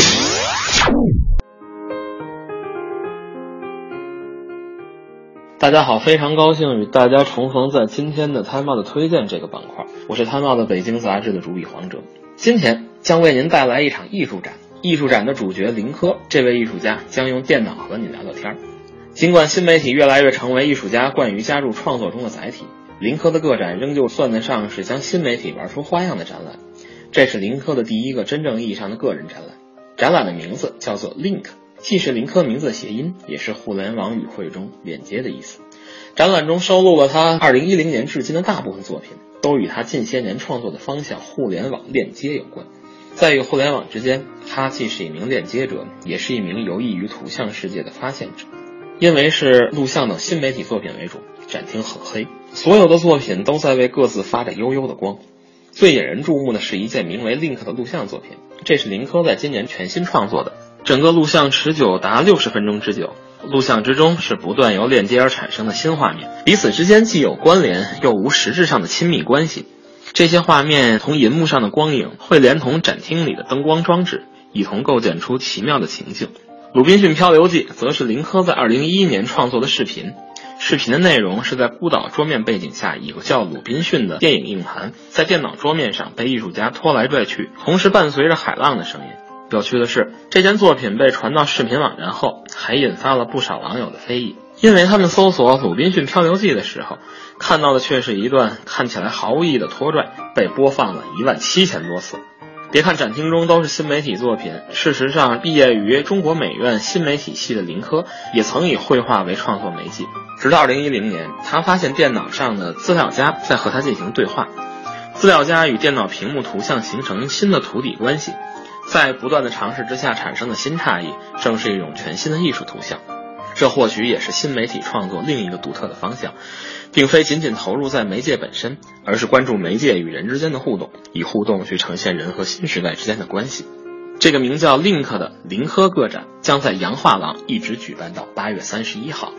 大家好，非常高兴与大家重逢在今天的 Time Out 推荐这个板块，我是 Time Out 的北京杂志的主笔黄哲。今天将为您带来一场艺术展，艺术展的主角林科，这位艺术家将用电脑和你聊聊天。尽管新媒体越来越成为艺术家惯于加入创作中的载体，林科的个展仍旧算得上是将新媒体玩出花样的展览。这是林科的第一个真正意义上的个人展览，展览的名字叫做 Link， 既是林科名字的谐音，也是互联网语汇中链接的意思。展览中收录了他二零一零年至今的大部分作品，都与他近些年创作的方向互联网链接有关。在与互联网之间，他既是一名链接者，也是一名游弋于图像世界的发现者。因为是录像等新媒体作品为主，展厅很黑，所有的作品都在为各自发着悠悠的光。最引人注目的是一件名为 Link 的录像作品，这是林科在今年全新创作的，整个录像持久达六十分钟之久。录像之中是不断由链接而产生的新画面，彼此之间既有关联又无实质上的亲密关系。这些画面同银幕上的光影会连同展厅里的灯光装置一同构建出奇妙的情境。鲁滨逊漂流记则是林科在二零一一年创作的视频，视频的内容是在孤岛桌面背景下，有个叫鲁滨逊的电影硬盘在电脑桌面上被艺术家拖来拽去，同时伴随着海浪的声音。有趣的是，这件作品被传到视频网站后，还引发了不少网友的非议，因为他们搜索鲁滨逊漂流记的时候，看到的却是一段看起来毫无意义的拖拽，被播放了一万七千多次。别看展厅中都是新媒体作品，事实上毕业于中国美院新媒体系的林科也曾以绘画为创作媒介。直到二零一零年，他发现电脑上的资料夹在和他进行对话，资料夹与电脑屏幕图像形成新的图底关系，在不断的尝试之下产生的新差异，正是一种全新的艺术图像。这或许也是新媒体创作另一个独特的方向，并非仅仅投入在媒介本身，而是关注媒介与人之间的互动，以互动去呈现人和新时代之间的关系。这个名叫 Link 的林科个展将在洋画廊一直举办到八月三十一号。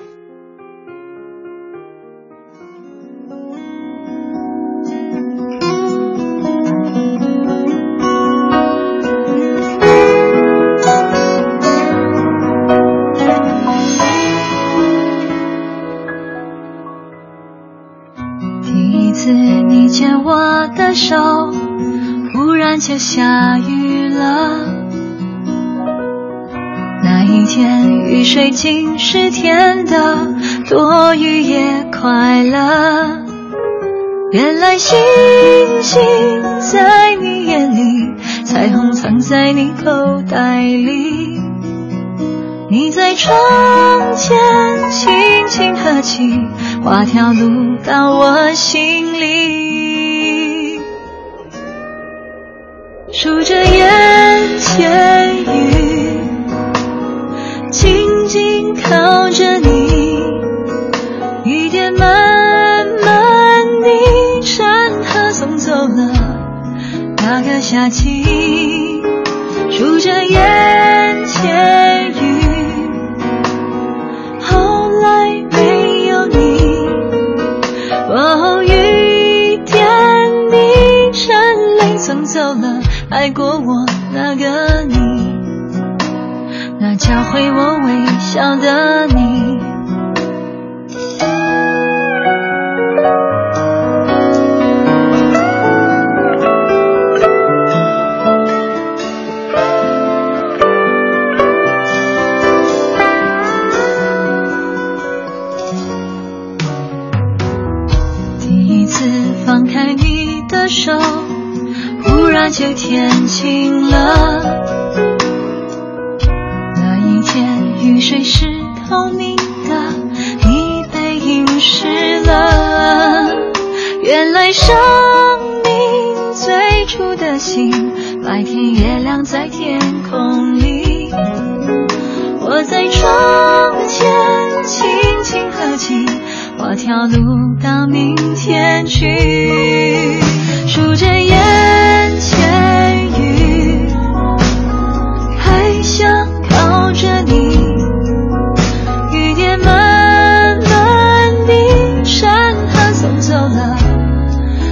牵我的手，忽然就下雨了。那一天雨水竟是甜的，多雨也快乐。原来星星在你眼里，彩虹藏在你口袋里。你在窗前轻轻合起，画条路到我心里。数着眼前雨，静静靠着你，雨点慢慢地山河送走了那个夏季。数着眼前雨，后来没有你，哦，雨点你沉泪送走了爱过我那个你，那教会我微笑的你。放开你的手，忽然就天晴了。那一天雨水是透明的，你背影湿了。原来生命最初的心，白天也亮在天空里。我在窗前轻轻合起，画条路到明天去。数着眼前雨，还想靠着你，雨点慢慢地山河送走了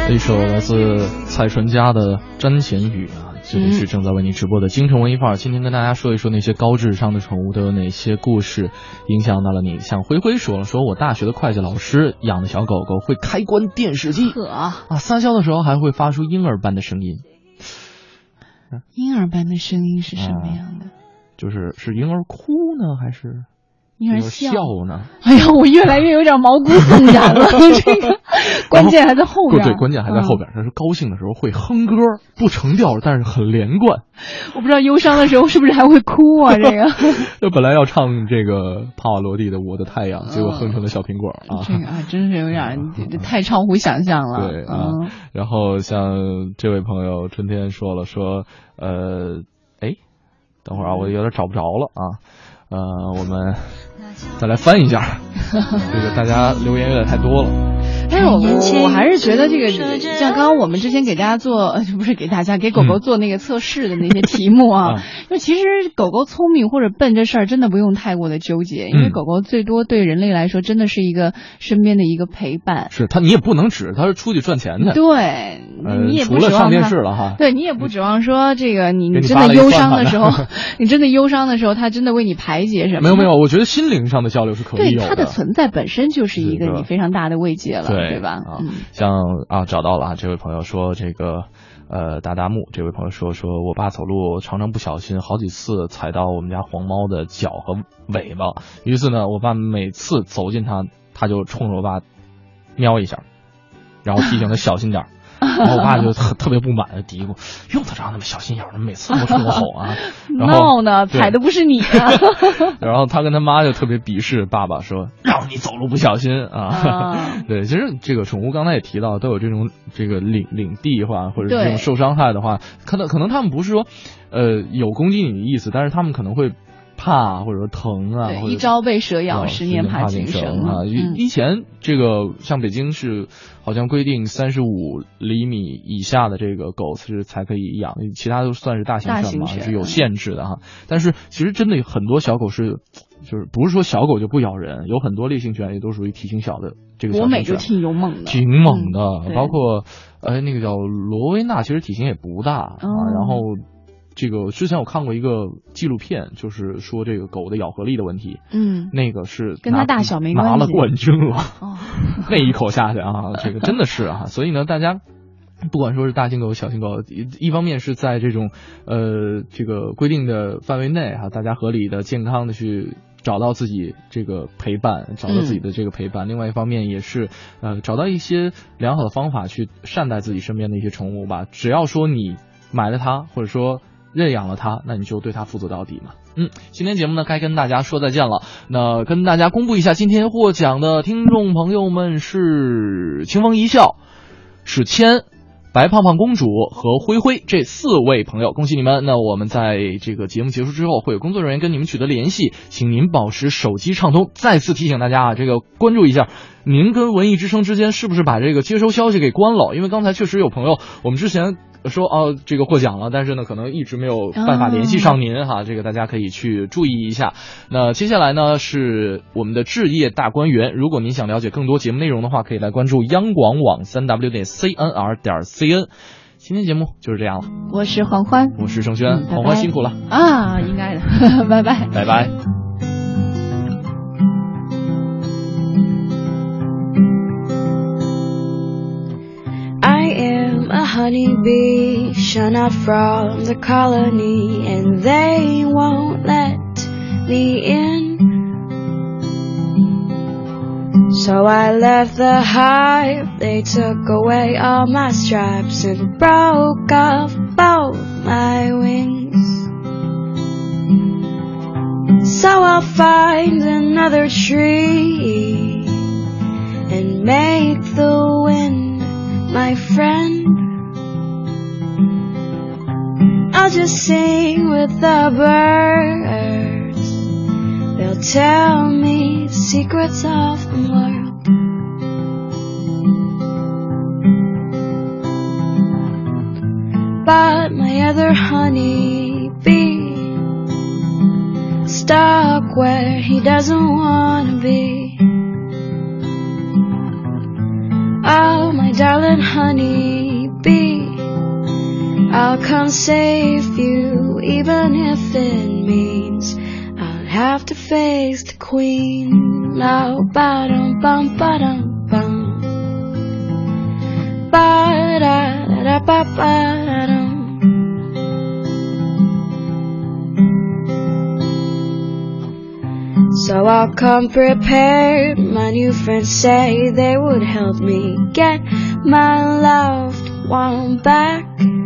一首来自蔡淳佳的《瞻前语》啊，这里是正在为您直播的京城文艺范儿。今天跟大家说一说那些高智商的宠物都有哪些故事影响到了你。像灰灰说了，说我大学的会计老师养的小狗狗会开关电视机，啊，撒娇的时候还会发出婴儿般的声音。 婴儿般的声音是什么样的？啊、 就是是婴儿哭呢，还是？ 婴儿笑呢？ 哎呀，我越来越有点毛骨悚然了。这个关键还在后边。 对，关键还在后边。他、嗯、是高兴的时候会哼歌，不成调，但是很连贯。 我不知道忧伤的时候是不是还会哭啊？这个。 就本来要唱这个帕瓦罗蒂的《我的太阳》，结果哼成了小苹果啊。 这个啊，真是有点这太超乎想象了。 对啊、嗯。然后像这位朋友春天说了，说呃，哎，等会儿啊，我有点找不着了啊。呃，我们再来翻一下，这个大家留言有点太多了。 但是我我还是觉得这个像刚刚我们之前给大家做，不是给大家给狗狗做那个测试的那些题目啊，嗯、就其实狗狗聪明或者笨这事儿真的不用太过的纠结，因为狗狗最多对人类来说真的是一个身边的一个陪伴。 是它，你也不能指它是出去赚钱去。 对， 呃、 你也不除了上电视了哈。 对，你也不指望说这个你你真的忧伤的时候，你真的忧伤的时候，它真的为你排解什么？ 没有没有，我觉得心灵上的交流是可以有的。 对，它的存在本身就是一个你非常大的慰藉了。 对, 对吧？ 啊，嗯、像啊找到了啊，这位朋友说这个呃达达木，这位朋友说说我爸走路常常不小心，好几次踩到我们家黄猫的脚和尾巴，于是呢，我爸每次走近它，他就冲着我爸瞄一下，然后提醒他小心点。然后我爸就特特别不满的嘀咕，用得着那么小心眼的，每次都冲我吼啊！ 闹呢，踩的不是你啊！ 然后他跟他妈就特别鄙视爸爸，说让你走路不小心啊！啊对，其实这个宠物刚才也提到，都有这种这个领领地化，或者是这种受伤害的话，可能可能他们不是说呃有攻击你的意思，但是他们可能会怕或者说疼啊， 对，一朝被蛇咬，十年怕井绳啊。以以前这个像北京市好像规定三十五厘米以下的这个狗是才可以养，其他都算是大型犬嘛，是有限制的哈。但是其实真的很多小狗是，就是不是说小狗就不咬人，有很多烈性犬也都属于体型小的这个小型犬。 博美就挺勇猛的， 挺猛的，嗯、包括呃那个叫罗威纳，其实体型也不大、哦、啊，然后。这个之前我看过一个纪录片，就是说这个狗的咬合力的问题。嗯，那个是跟它大小没关系， 拿了冠军了。哦，那一口下去啊，这个真的是啊。所以呢，大家不管说是大型狗、小型狗，一一方面是在这种呃这个规定的范围内哈，大家合理的、健康的去找到自己这个陪伴，找到自己的这个陪伴。嗯、另外一方面也是呃找到一些良好的方法去善待自己身边的一些宠物吧。只要说你买了它，或者说认养了它，那你就对它负责到底嘛。嗯，今天节目呢该跟大家说再见了。那跟大家公布一下，今天获奖的听众朋友们是清风一笑、史谦、白胖胖公主和灰灰这四位朋友，恭喜你们！那我们在这个节目结束之后，会有工作人员跟你们取得联系，请您保持手机畅通。再次提醒大家啊，这个关注一下，您跟文艺之声之间是不是把这个接收消息给关了？因为刚才确实有朋友，我们之前说哦，这个获奖了，但是呢，可能一直没有办法联系上您哈，这个大家可以去注意一下。那接下来呢是我们的置业大观园，如果您想了解更多节目内容的话，可以来关注央广网三 w 点 c n r 点 c n。今天节目就是这样了， 我是黄欢， 我是盛轩，黄欢辛苦了啊，应该的，拜拜， 拜拜。 I am a honeybee, shut out from the colony, and they won't let me in. So I left the hive, they took away all my stripes and broke off both my wings. So I'll find another tree and make the wind my friend. I'll just sing with the birds, they'll tell me the secrets of the world. But my other honey bee stuck where he doesn't want to be. Oh, my darling honey bee, I'll come save you, even if it means I'll have to face the queen. Now, ba-dum, bum, ba-dum, bum, ba-da-da-ba-ba-dum. So I'll come prepared. My new friends say they would help me get my loved one back.